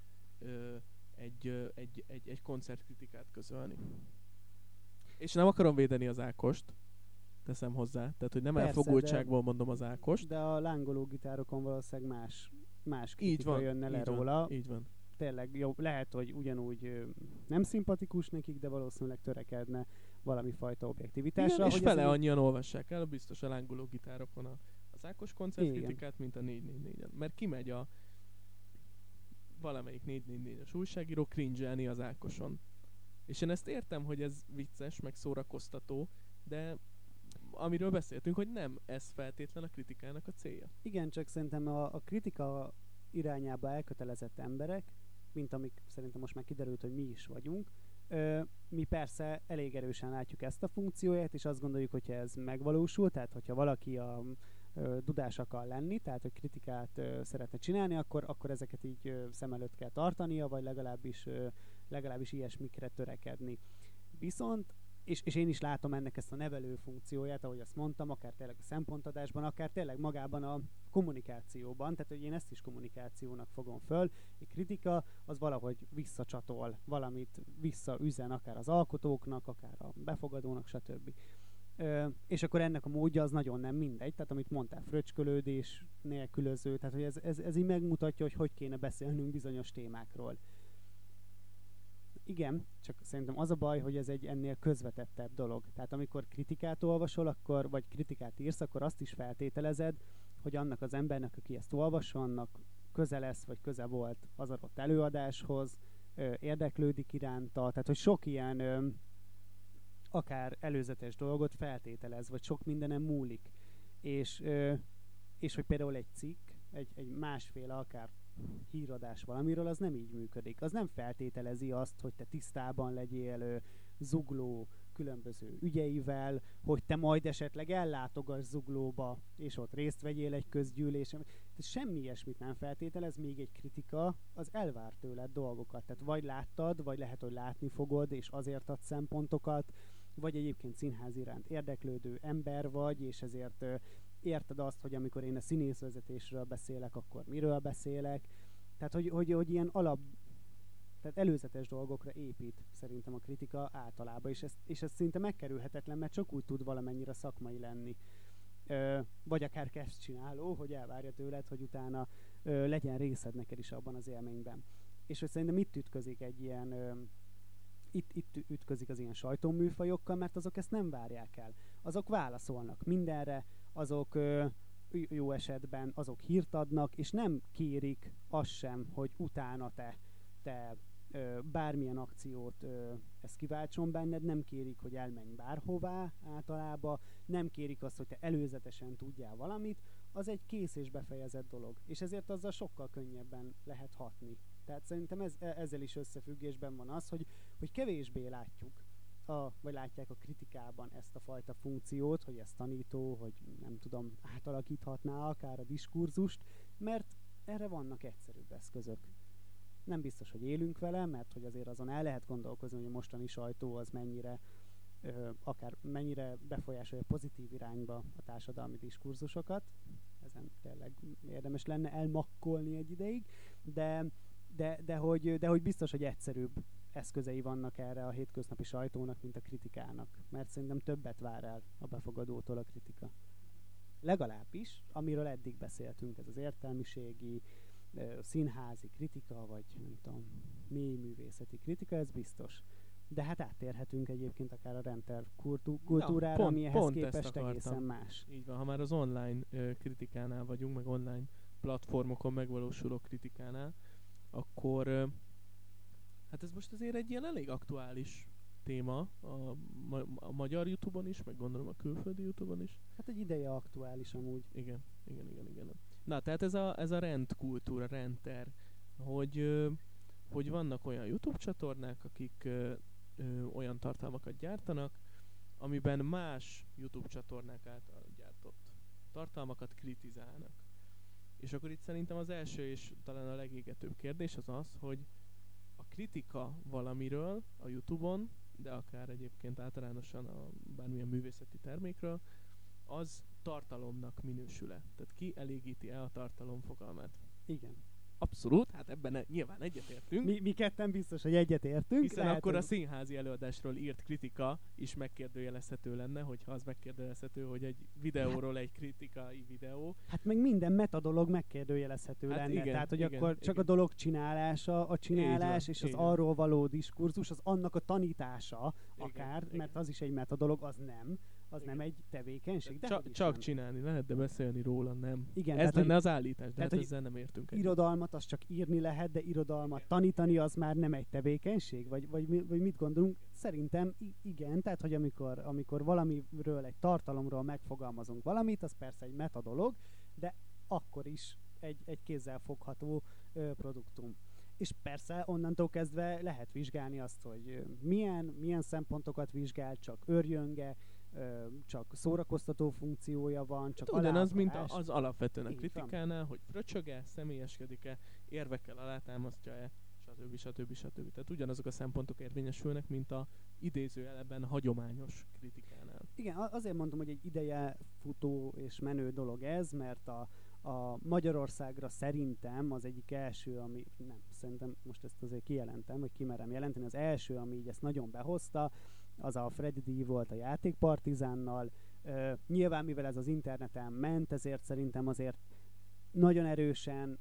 egy koncertkritikát közölni. És nem akarom védeni az Ákost, teszem hozzá, tehát hogy nem persze, elfogultságból mondom az Ákost. De a lángoló gitárokon valószínűleg más kritika jönne le róla. Így van. Tényleg jó, lehet, hogy ugyanúgy nem szimpatikus nekik, de valószínűleg törekedne valami fajta objektivitásra. Igen, és fele annyian olvassák el biztos a lángoló gitárokon az Ákos koncertkritikát, mint a 444-en. Mert kimegy a valamelyik 444-es újságíró cringe-elni az Ákoson. És én ezt értem, hogy ez vicces, meg szórakoztató, de amiről beszéltünk, hogy nem ez feltétlen a kritikának a célja. Igen, csak szerintem a kritika irányába elkötelezett emberek, mint amik szerintem most már kiderült, hogy mi is vagyunk, mi persze elég erősen látjuk ezt a funkcióját, és azt gondoljuk, hogyha ez megvalósul, tehát hogyha valaki a dudás akar lenni, tehát hogy kritikát szeretne csinálni, akkor ezeket így szem előtt kell tartania, vagy legalábbis ilyesmikre törekedni. Viszont és én is látom ennek ezt a nevelő funkcióját, ahogy azt mondtam, akár tényleg a szempontadásban, akár tényleg magában a kommunikációban, tehát hogy én ezt is kommunikációnak fogom föl. Egy kritika az valahogy visszacsatol, valamit visszaüzen akár az alkotóknak, akár a befogadónak, stb. És akkor ennek a módja az nagyon nem mindegy, tehát amit mondtál, fröcskölődés nélkülöző, tehát hogy ez így megmutatja, hogy kéne beszélnünk bizonyos témákról. Igen, csak szerintem az a baj, hogy ez egy ennél közvetettebb dolog. Tehát amikor kritikát olvasol, vagy kritikát írsz, akkor azt is feltételezed, hogy annak az embernek, aki ezt olvasol, annak köze lesz, vagy köze volt az adott előadáshoz, érdeklődik iránta, tehát hogy sok ilyen akár előzetes dolgot feltételez, vagy sok mindenem múlik. És hogy például egy cikk, egy másféle akár híradás valamiről, az nem így működik. Az nem feltételezi azt, hogy te tisztában legyél Zugló különböző ügyeivel, hogy te majd esetleg ellátogass Zuglóba, és ott részt vegyél egy közgyűlésen. Semmi ilyesmit nem feltételez, még egy kritika az elvár tőled dolgokat. Tehát vagy láttad, vagy lehet, hogy látni fogod, és azért ad szempontokat, vagy egyébként színház iránt érdeklődő ember vagy, és ezért érted azt, hogy amikor én a színészvezetésről beszélek, akkor miről beszélek. Tehát, hogy ilyen tehát előzetes dolgokra épít szerintem a kritika általában, és ez szinte megkerülhetetlen, mert csak úgy tud valamennyire szakmai lenni. Vagy akár kezdcsináló, hogy elvárja tőled, hogy utána legyen részed neked is abban az élményben. És hogy szerintem itt ütközik egy ilyen itt ütközik az ilyen sajtóműfajokkal, mert azok ezt nem várják el. Azok válaszolnak mindenre, azok jó esetben azok hírt adnak, és nem kérik azt sem, hogy utána te bármilyen akciót ez kiváltson benned, nem kérik, hogy elmenj bárhová általában, nem kérik azt, hogy te előzetesen tudjál valamit, az egy kész és befejezett dolog. És ezért azzal sokkal könnyebben lehet hatni. Tehát szerintem ezzel is összefüggésben van az, hogy kevésbé látjuk vagy látják a kritikában ezt a fajta funkciót, hogy ez tanító, hogy nem tudom, átalakíthatná akár a diskurzust, mert erre vannak egyszerűbb eszközök. Nem biztos, hogy élünk vele, mert hogy azért azon el lehet gondolkozni, hogy a mostani sajtó az akár mennyire befolyásolja pozitív irányba a társadalmi diskurzusokat. Ezen tényleg érdemes lenne elmakkolni egy ideig, de hogy biztos, hogy egyszerűbb eszközei vannak erre a hétköznapi sajtónak, mint a kritikának. Mert szerintem többet vár el a befogadótól a kritika. Legalábbis, amiről eddig beszéltünk, ez az értelmiségi, színházi kritika, vagy nem tudom, mély művészeti kritika, ez biztos. De hát áttérhetünk egyébként akár a renter kultúrára, ami ehhez képest egészen más. Így van, ha már az online kritikánál vagyunk, meg online platformokon megvalósuló kritikánál, akkor hát ez most azért egy ilyen elég aktuális téma a magyar YouTube-on is, meg gondolom a külföldi YouTube-on is. Hát egy ideje aktuális amúgy. Igen. Na, tehát ez a rendkultúra, renter, hogy vannak olyan YouTube csatornák, akik olyan tartalmakat gyártanak, amiben más YouTube csatornák által gyártott tartalmakat kritizálnak. És akkor itt szerintem az első és talán a legégetőbb kérdés az az, hogy a kritika valamiről a YouTube-on, de akár egyébként általánosan a bármilyen művészeti termékről, az tartalomnak minősül-e? Tehát kielégíti el a tartalom fogalmát? Igen. Abszolút, hát ebben nyilván egyetértünk. Mi ketten biztos, hogy egyetértünk. Hiszen lehet, akkor a színházi előadásról írt kritika is megkérdőjelezhető lenne, hogyha az megkérdőjelezhető, hogy egy videóról egy kritikai videó. Hát meg minden metadolog megkérdőjelezhető lenne. Igen, tehát, hogy igen, akkor csak a dolog csinálása, a csinálás, és az arról való diskurzus, az annak a tanítása akár, mert az is egy metadolog, az nem. Az nem egy tevékenység. Csak csinálni lehet, de beszélni róla nem. Igen, ez lenne az állítás, de hát ezzel nem értünk egyet. Irodalmat az csak írni lehet, de irodalmat tanítani az már nem egy tevékenység? Vagy mit gondolunk? Szerintem igen, tehát hogy amikor valamiről, egy tartalomról megfogalmazunk valamit, az persze egy metadolog, de akkor is egy kézzel fogható produktum. És persze onnantól kezdve lehet vizsgálni azt, hogy milyen szempontokat vizsgál, csak örjönge, csak szórakoztató funkciója van, csak ugyanaz, mint az alapvetően a kritikánál, hogy fröcsög-e, személyeskedik-e, érvekkel alátámasztja-e, stb. Tehát ugyanazok a szempontok érvényesülnek, mint a idézőjelben hagyományos kritikánál. Igen, azért mondom, hogy egy ideje futó és menő dolog ez, mert a Magyarországra szerintem az egyik első, ami szerintem most ezt azért kijelentem, hogy kimerem jelenteni, az első, ami így ezt nagyon behozta, az a Freddy D volt a Játékpartizánnal. Nyilván, mivel ez az interneten ment, ezért szerintem azért nagyon erősen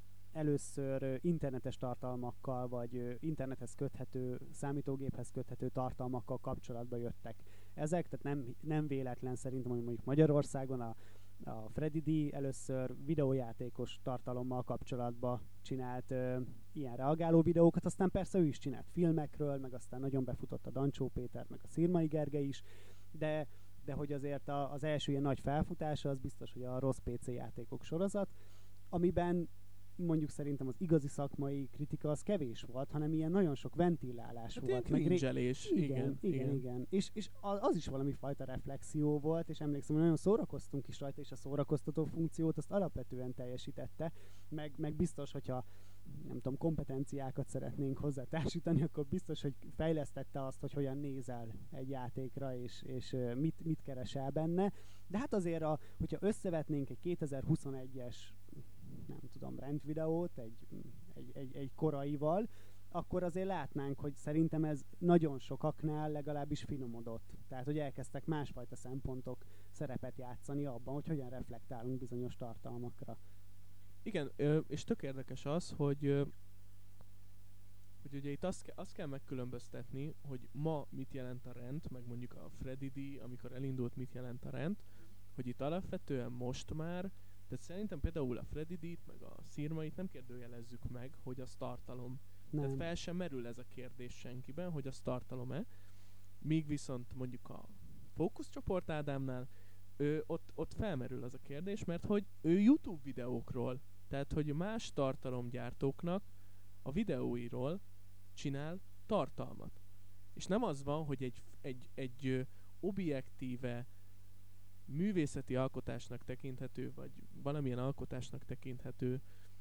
először internetes tartalmakkal, vagy internethez köthető, számítógéphez köthető tartalmakkal kapcsolatba jöttek ezek, tehát nem véletlen szerintem, hogy mondjuk Magyarországon a Freddy D először videójátékos tartalommal kapcsolatba csinált ilyen reagáló videókat, aztán persze ő is csinált filmekről, meg aztán nagyon befutott a Dancsó Péter, meg a Szirmai Gergely is, de hogy azért az első ilyen nagy felfutása az biztos, hogy a Rossz PC játékok sorozat, amiben mondjuk szerintem az igazi szakmai kritika az kevés volt, hanem ilyen nagyon sok ventilálás hát volt. Cringe-elés. Igen. És az is valami fajta reflexió volt, és emlékszem, hogy nagyon szórakoztunk is rajta, és a szórakoztató funkciót azt alapvetően teljesítette, meg biztos, hogyha nem tudom, kompetenciákat szeretnénk hozzá társítani, akkor biztos, hogy fejlesztette azt, hogy hogyan nézel egy játékra, és mit keresel benne. De hát azért, hogyha összevetnénk egy 2021-es nem tudom, rendvideót egy koraival, akkor azért látnánk, hogy szerintem ez nagyon sokaknál legalábbis finomodott. Tehát, hogy elkezdtek másfajta szempontok szerepet játszani abban, hogy hogyan reflektálunk bizonyos tartalmakra. Igen, és tök érdekes az, hogy ugye itt azt kell megkülönböztetni, hogy ma mit jelent a rend, meg mondjuk a Freddy D, amikor elindult, mit jelent a rend, hogy itt alapvetően most már, tehát szerintem például a Freddy D-t, meg a Szirmait nem kérdőjelezzük meg, hogy az tartalom. Nem. Tehát fel sem merül ez a kérdés senkiben, hogy az tartalom-e. Míg viszont mondjuk a Fókuszcsoport Ádámnál ott felmerül az a kérdés, mert hogy ő YouTube videókról, tehát hogy más tartalomgyártóknak a videóiról csinál tartalmat. És nem az van, hogy egy objektíve művészeti alkotásnak tekinthető, vagy valamilyen alkotásnak tekinthető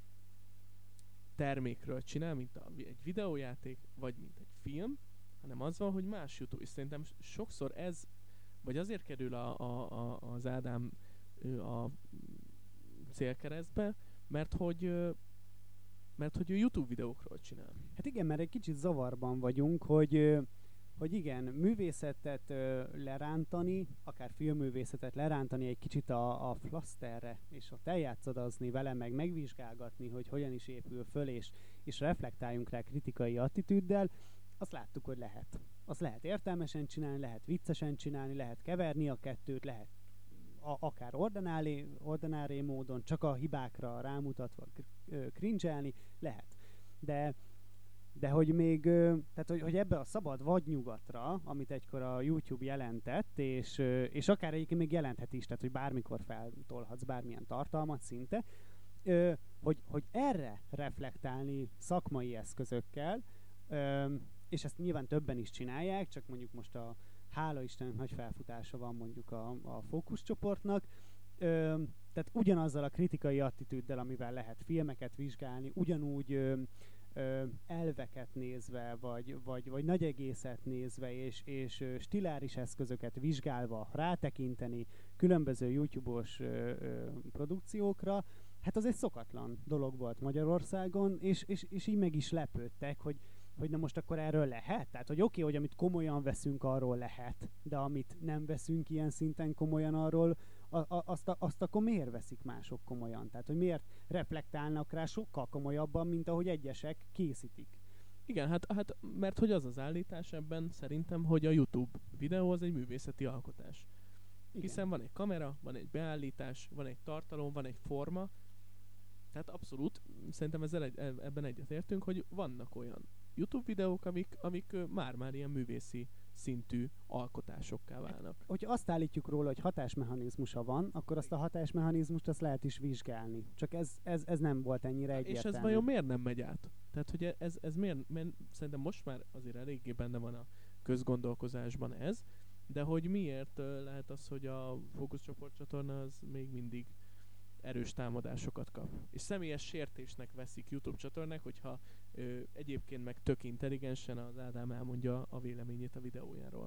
termékről csinál, mint egy videójáték, vagy mint egy film, hanem az van, hogy más YouTube. És szerintem sokszor ez, vagy azért kerül az Ádám a célkeresztbe, mert hogy ő YouTube videókról csinál. Hát igen, mert egy kicsit zavarban vagyunk, hogy igen, művészetet lerántani, akár filmművészetet lerántani egy kicsit a flaszterre, és ott eljátszadozni vele, meg megvizsgálgatni, hogy hogyan is épül föl, és reflektáljunk rá kritikai attitűddel, azt láttuk, hogy lehet. Azt lehet értelmesen csinálni, lehet viccesen csinálni, lehet keverni a kettőt, lehet akár ordináré módon, csak a hibákra rámutatva cringe-elni, lehet. De hogy még, tehát hogy ebbe a szabad vadnyugatra, amit egykor a YouTube jelentett, és akár egyébként még jelenthet is, tehát hogy bármikor feltolhatsz bármilyen tartalmat szinte, hogy erre reflektálni szakmai eszközökkel, és ezt nyilván többen is csinálják, csak mondjuk most hála Istennek nagy felfutása van mondjuk a fókuszcsoportnak, tehát ugyanazzal a kritikai attitűddel, amivel lehet filmeket vizsgálni, ugyanúgy elveket nézve, vagy nagy egészet nézve, és stiláris eszközöket vizsgálva rátekinteni különböző YouTube-os produkciókra, hát az egy szokatlan dolog volt Magyarországon, és így meg is lepődtek, hogy na most akkor erről lehet? Tehát, hogy oké, hogy amit komolyan veszünk, arról lehet, de amit nem veszünk ilyen szinten komolyan, arról azt akkor miért veszik mások komolyan? Tehát, hogy miért reflektálnak rá sokkal komolyabban, mint ahogy egyesek készítik? Igen, hát mert hogy az állítás ebben szerintem, hogy a YouTube videó az egy művészeti alkotás. Igen. Hiszen van egy kamera, van egy beállítás, van egy tartalom, van egy forma. Tehát abszolút, szerintem ebben egyetértünk, hogy vannak olyan YouTube videók, amik már ilyen művészi szintű alkotásokká válnak. Hogyha azt állítjuk róla, hogy hatásmechanizmusa van, akkor azt a hatásmechanizmust azt lehet is vizsgálni. Csak ez nem volt ennyire egyértelmű. És ez vajon miért nem megy át? Tehát, hogy ez miért szerintem most már azért eléggé benne van a közgondolkozásban ez, de hogy miért lehet az, hogy a fókuszcsoport csatorna az még mindig erős támadásokat kap. És személyes sértésnek veszik YouTube csatornák, hogyha egyébként meg tök intelligensen az Ádám elmondja a véleményét a videójáról.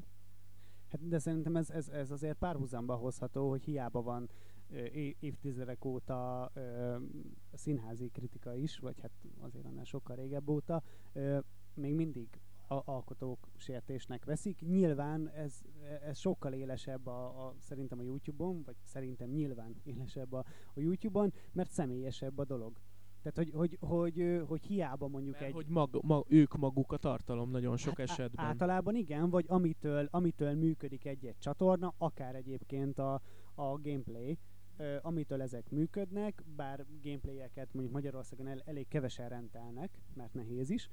Hát de szerintem ez azért párhuzamba hozható, hogy hiába van évtizedek óta színházi kritika is, vagy hát azért annál sokkal régebb óta, még mindig alkotók sértésnek veszik. Nyilván ez sokkal élesebb szerintem a YouTube-on, vagy szerintem nyilván élesebb a YouTube-on, mert személyesebb a dolog. Tehát, hogy hiába mondjuk mert hogy ők maguk a tartalom nagyon sok esetben. Általában igen, vagy amitől működik egy csatorna, akár egyébként a gameplay, amitől ezek működnek, bár gameplayeket mondjuk Magyarországon elég kevesen rendelnek, mert nehéz is,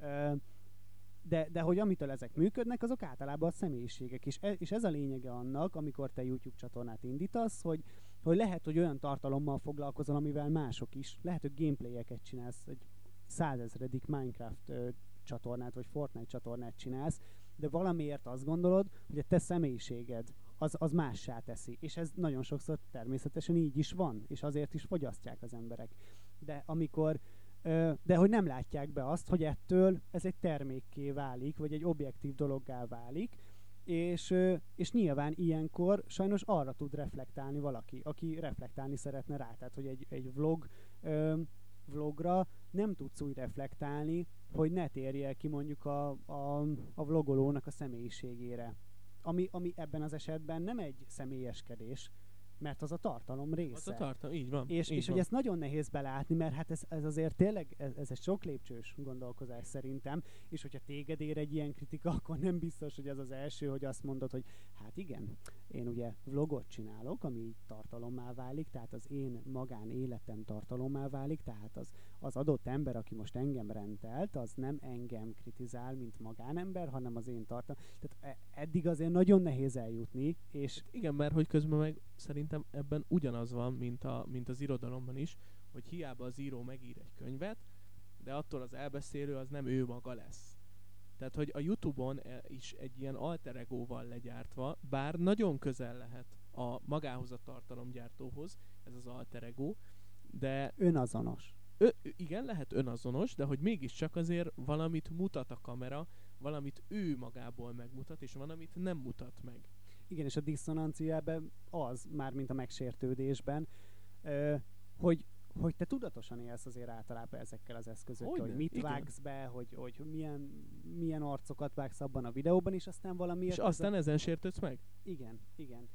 de hogy amitől ezek működnek, azok általában a személyiségek. És ez a lényege annak, amikor te YouTube csatornát indítasz, hogy lehet, hogy olyan tartalommal foglalkozol, amivel mások is. Lehet, hogy gameplayeket csinálsz, egy 100 000. Minecraft csatornát, vagy Fortnite csatornát csinálsz, de valamiért azt gondolod, hogy a te személyiséged az mássá teszi. És ez nagyon sokszor természetesen így is van, és azért is fogyasztják az emberek. De hogy nem látják be azt, hogy ettől ez egy termékké válik, vagy egy objektív dologgá válik, és nyilván ilyenkor sajnos arra tud reflektálni valaki, aki reflektálni szeretne rá. Tehát, hogy egy vlogra nem tudsz úgy reflektálni, hogy ne térje ki mondjuk a vlogolónak a személyiségére. Ami ebben az esetben nem egy személyeskedés, mert az a tartalom része. Az a tartalom, így van. És hogy ezt nagyon nehéz belátni, mert hát ez azért tényleg, ez egy sok lépcsős gondolkozás szerintem, és hogyha téged ér egy ilyen kritika, akkor nem biztos, hogy ez az első, hogy azt mondod, hogy hát igen, én ugye vlogot csinálok, ami tartalommá válik, tehát az én magánéletem tartalommá válik, tehát az adott ember, aki most engem rendelt, az nem engem kritizál, mint magánember, hanem az én tartalom. Tehát eddig azért nagyon nehéz eljutni, és... Igen, mert hogy közben meg szerintem ebben ugyanaz van, mint az irodalomban is, hogy hiába az író megír egy könyvet, de attól az elbeszélő az nem ő maga lesz. Tehát, hogy a YouTube-on is egy ilyen alter egóval legyártva, bár nagyon közel lehet a magához a tartalomgyártóhoz, ez az alter ego, de Önazonos. igen, lehet önazonos, de hogy mégiscsak azért valamit mutat a kamera, valamit ő magából megmutat, és van, amit nem mutat meg. Igen, és a diszonanciában az, már mint a megsértődésben, hogy te tudatosan élsz azért általában ezekkel az eszközökkel, hogy mit igen. vágsz be, hogy milyen arcokat vágsz abban a videóban, és aztán valamiért... És aztán ezen sértődsz meg? Igen.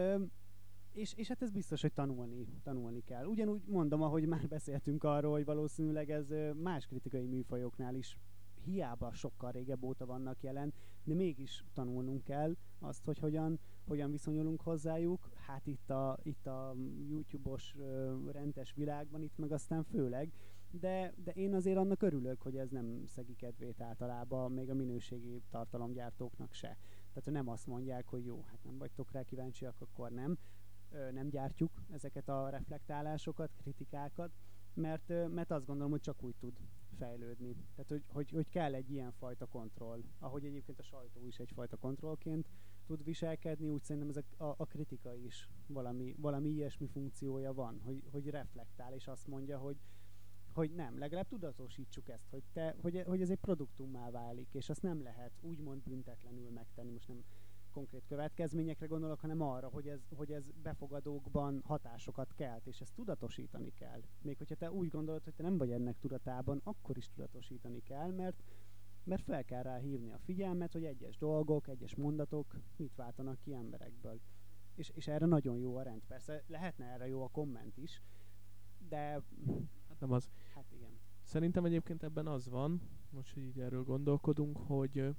És hát ez biztos, hogy tanulni kell. Ugyanúgy mondom, ahogy már beszéltünk arról, hogy valószínűleg ez más kritikai műfajoknál is hiába sokkal régebb óta vannak jelen, de mégis tanulnunk kell azt, hogy hogyan viszonyulunk hozzájuk. Hát itt a YouTube-os rendes világban, itt meg aztán főleg, de én azért annak örülök, hogy ez nem szegi kedvét általában, még a minőségi tartalomgyártóknak se. Tehát nem azt mondják, hogy jó, hát nem vagytok rá kíváncsiak, akkor nem gyártjuk ezeket a reflektálásokat, kritikákat, mert azt gondolom, hogy csak úgy tud fejlődni. Tehát, hogy kell egy ilyen fajta kontroll. Ahogy egyébként a sajtó is egyfajta kontrollként tud viselkedni, úgy szerintem ez a kritika is valami ilyesmi funkciója van, hogy reflektál, és azt mondja, hogy nem, legalább tudatosítsuk ezt, hogy ez egy produktummá válik, és azt nem lehet úgymond büntetlenül megtenni. Most nem konkrét következményekre gondolok, hanem arra, hogy ez befogadókban hatásokat kelt, és ezt tudatosítani kell. Még hogyha te úgy gondolod, hogy te nem vagy ennek tudatában, akkor is tudatosítani kell, mert fel kell rá hívni a figyelmet, hogy egyes dolgok, egyes mondatok mit váltanak ki emberekből. És erre nagyon jó a rend. Persze lehetne erre jó a komment is, de... Hát nem az. Hát igen. Szerintem egyébként ebben az van, most, hogy így erről gondolkodunk, hogy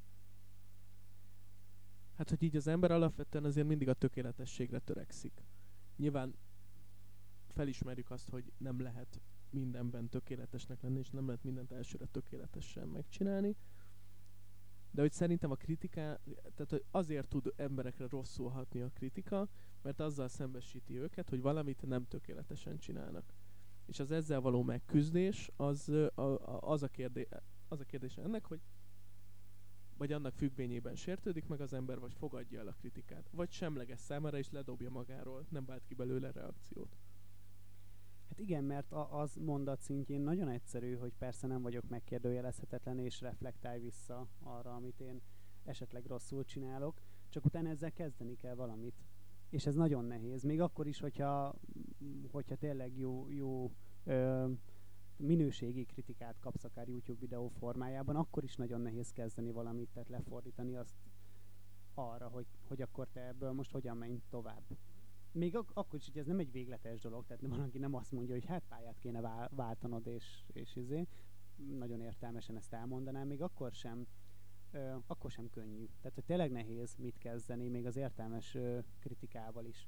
hát, hogy így az ember alapvetően azért mindig a tökéletességre törekszik. Nyilván felismerjük azt, hogy nem lehet mindenben tökéletesnek lenni, és nem lehet mindent elsőre tökéletesen megcsinálni. De hogy szerintem a kritika, tehát hogy azért tud emberekre rosszul hatni a kritika, mert azzal szembesíti őket, hogy valamit nem tökéletesen csinálnak. És az ezzel való megküzdés az a kérdés ennek, hogy vagy annak függvényében sértődik meg az ember, vagy fogadja el a kritikát. Vagy semleges számára is ledobja magáról, nem vált ki belőle reakciót. Hát igen, mert az mondat szintjén nagyon egyszerű, hogy persze nem vagyok megkérdőjelezhetetlen, és reflektálj vissza arra, amit én esetleg rosszul csinálok, csak utána ezzel kezdeni kell valamit. És ez nagyon nehéz. Még akkor is, hogyha tényleg jó minőségi kritikát kapsz akár YouTube videó formájában, akkor is nagyon nehéz kezdeni valamit, tehát lefordítani azt arra, hogy akkor te ebből most hogyan menj tovább. Még akkor is, hogy ez nem egy végletes dolog, tehát valaki nem azt mondja, hogy hát pályát kéne váltanod, és nagyon értelmesen ezt elmondanám, még akkor sem könnyű. Tehát, hogy tényleg nehéz mit kezdeni, még az értelmes kritikával is.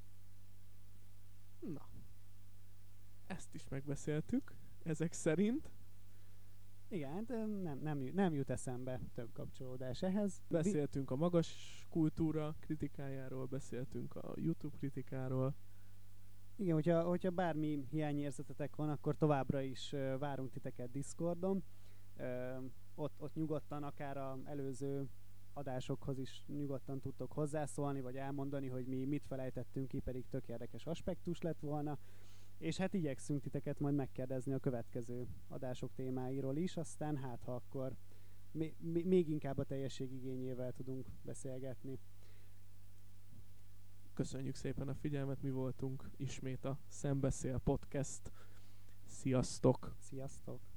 Na, ezt is megbeszéltük, ezek szerint. Igen, hát nem jut eszembe több kapcsolódás ehhez. Beszéltünk a magas kultúra kritikájáról, beszéltünk a YouTube kritikáról. Igen, hogyha bármi hiányérzetetek van, akkor továbbra is várunk titeket Discordon. Ott nyugodtan, akár az előző adásokhoz is nyugodtan tudtok hozzászólni, vagy elmondani, hogy mi mit felejtettünk ki, pedig tök érdekes aspektus lett volna. És hát igyekszünk titeket majd megkérdezni a következő adások témáiról is, aztán hát ha akkor még inkább a teljesség igényével tudunk beszélgetni. Köszönjük szépen a figyelmet, mi voltunk ismét a Szembeszél Podcast. Sziasztok! Sziasztok!